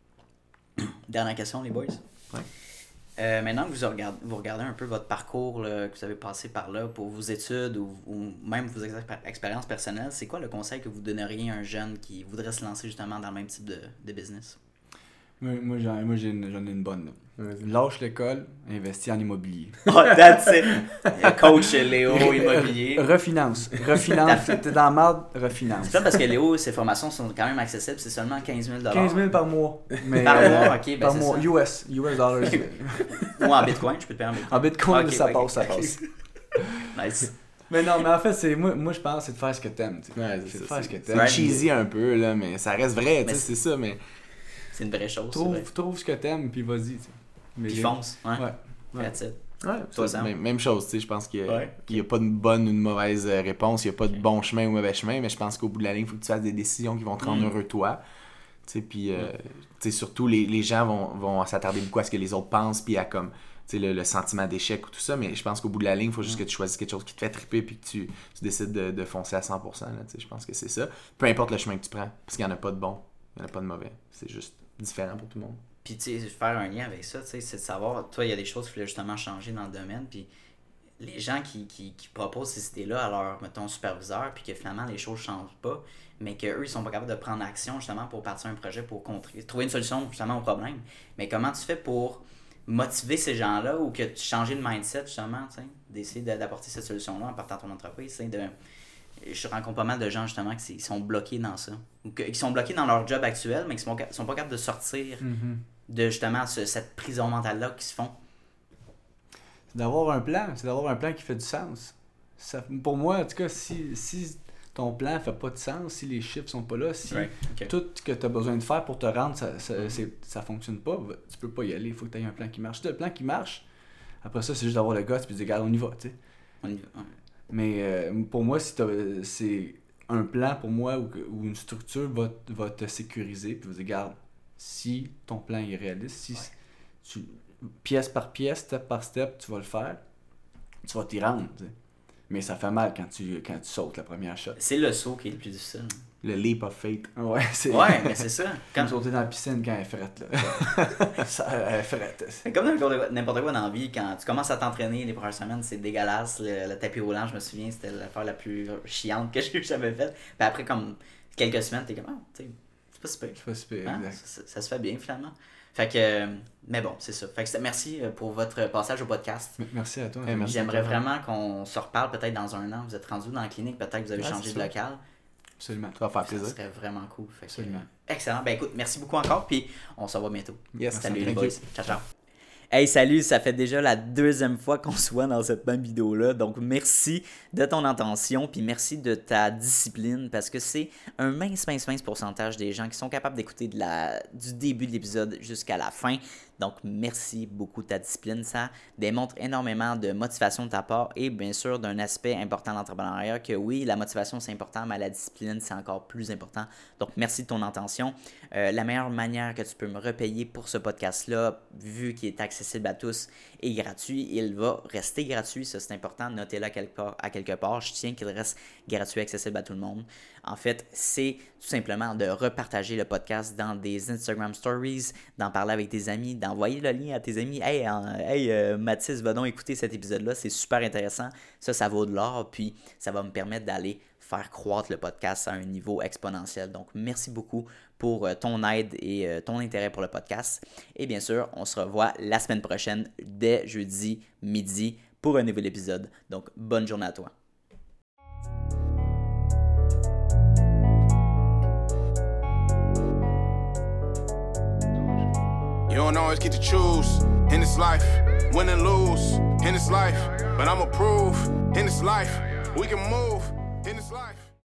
Mm. Dernière question, les boys. Ouais. Euh, maintenant que vous regardez, vous regardez un peu votre parcours, là, que vous avez passé par là pour vos études ou, ou même vos ex- expériences personnelles, c'est quoi le conseil que vous donneriez à un jeune qui voudrait se lancer justement dans le même type de, de business? Moi, moi, j'en, moi j'ai une, j'en ai une bonne. Lâche l'école, investis en immobilier. Oh, that's it! Coach Léo, immobilier. Refinance. Refinance. T'es dans la merde, refinance. C'est ça parce que Léo, ses formations sont quand même accessibles, c'est seulement quinze mille dollars. quinze mille par mois. Mais, par euh, mois, ok. Ben par c'est mois, ça. U S. U S dollars. Ou en bitcoin, je peux te payer en bitcoin. En bitcoin, okay, ça okay, passe, ça okay. passe. Nice. Mais non, mais en fait, c'est moi, moi je pense c'est de faire ce que t'aimes. Ouais, c'est, c'est de ça, faire ce que t'aimes. C'est cheesy un peu, là, mais ça reste vrai, tu sais, c'est ça, mais... C'est une vraie chose. Trouve, trouve ce que t'aimes, puis vas-y. Mais puis fonce. Ouais. Ouais. Ouais. That's it. Ouais, Toi, ça, même, même chose, tu sais, je pense qu'il n'y a, ouais. a pas de bonne ou de mauvaise réponse, il n'y a pas de bon chemin ou mauvais chemin, mais je pense qu'au bout de la ligne, il faut que tu fasses des décisions qui vont te rendre mm. heureux toi. Tu sais, puis, euh, mm. tu sais, surtout, les, les gens vont, vont s'attarder beaucoup à ce que les autres pensent, puis à comme le, le sentiment d'échec ou tout ça, mais je pense qu'au bout de la ligne, il faut juste que tu choisisses quelque chose qui te fait triper puis que tu, tu décides de, de foncer à cent pour cent. Là, je pense que c'est ça. Peu importe le chemin que tu prends, parce qu'il n'y en a pas de bon, il n'y en a pas de mauvais. C'est juste différent pour tout le monde. Puis, tu sais, faire un lien avec ça, tu sais, c'est de savoir, toi, il y a des choses qu'il fallait justement changer dans le domaine, puis les gens qui, qui, qui proposent ces idées-là à leur, mettons, superviseur, puis que finalement, les choses ne changent pas, mais qu'eux, ils sont pas capables de prendre action, justement, pour partir un projet, pour contrer, trouver une solution, justement, au problème. Mais comment tu fais pour motiver ces gens-là, ou que tu changes de mindset, justement, tu sais, d'essayer d'apporter cette solution-là en partant de ton entreprise, tu sais, de... Je rencontre pas mal de gens, justement, qui sont bloqués dans ça. Ou qui sont bloqués dans leur job actuel, mais qui sont, sont pas capables de sortir mm-hmm. de, justement, ce, cette prison mentale-là qui se font. C'est d'avoir un plan. C'est d'avoir un plan qui fait du sens. Ça, pour moi, en tout cas, si, si ton plan fait pas de sens, si les chiffres sont pas là, si right. okay. tout ce que tu as besoin de faire pour te rendre, ça, ça, mm-hmm. ça fonctionne pas, tu peux pas y aller. Il faut que tu aies un plan qui marche. Si tu as le plan qui marche, après ça, c'est juste d'avoir le gars et de dire, regarde, on y va, tu sais. On y va, ouais. Mais euh, pour moi, si c'est un plan pour moi où, où une structure va, va te sécuriser, puis va dire, regarde, si ton plan est réaliste, si ouais. tu, pièce par pièce, step par step, tu vas le faire, tu vas t'y rendre. T'sais. Mais ça fait mal quand tu, quand tu sautes la première shot. C'est le saut qui est le plus difficile. Le leap of faith. Ouais, c'est ouais mais c'est ça. Comme sauter dans la piscine quand elle est frette. Là. ça, elle est frette. C'est comme n'importe quoi dans la vie. Quand tu commences à t'entraîner les premières semaines, c'est dégueulasse. Le, le tapis roulant, je me souviens, c'était l'affaire la plus chiante que j'ai jamais faite. Puis après, comme quelques semaines, t'es comme, ah, tu sais, c'est pas super. C'est pas super, hein? exact. Ça, ça, ça se fait bien finalement. Fait que, mais bon, c'est ça. Fait que merci pour votre passage au podcast. Merci à toi. Hey, merci J'aimerais à toi. vraiment qu'on se reparle peut-être dans un an. Vous êtes rendu dans la clinique, peut-être que vous avez ouais, changé de local. Absolument. Ça va faire plaisir. Ça serait vraiment cool. Fait que, Absolument. Euh, excellent. Ben écoute, merci beaucoup encore, puis on se revoit bientôt. Yes, salut les boys. You. Ciao, ciao. Hey, salut, ça fait déjà la deuxième fois qu'on se voit dans cette même vidéo-là. Donc, merci de ton attention, puis merci de ta discipline, parce que c'est un mince, mince, mince pourcentage des gens qui sont capables d'écouter de la, du début de l'épisode jusqu'à la fin. Donc, merci beaucoup de ta discipline. Ça démontre énormément de motivation de ta part et bien sûr d'un aspect important de l'entrepreneuriat que oui, la motivation c'est important, mais la discipline c'est encore plus important. Donc, merci de ton attention. Euh, la meilleure manière que tu peux me repayer pour ce podcast-là, vu qu'il est accessible à tous et gratuit, il va rester gratuit. Ça, c'est important. Notez-le à quelque part. À quelque part. Je tiens qu'il reste gratuit, accessible à tout le monde. En fait, c'est tout simplement de repartager le podcast dans des Instagram Stories, d'en parler avec tes amis, d'envoyer le lien à tes amis. Hey, en, hey euh, Mathis, va donc écouter cet épisode-là. C'est super intéressant. Ça, ça vaut de l'or. Puis, ça va me permettre d'aller faire croître le podcast à un niveau exponentiel. Donc, merci beaucoup pour euh, ton aide et euh, ton intérêt pour le podcast. Et bien sûr, on se revoit la semaine prochaine dès jeudi midi pour un nouvel épisode. Donc, bonne journée à toi. You don't always get to choose in this life, win and lose in this life, but I'ma prove in this life we can move in this life.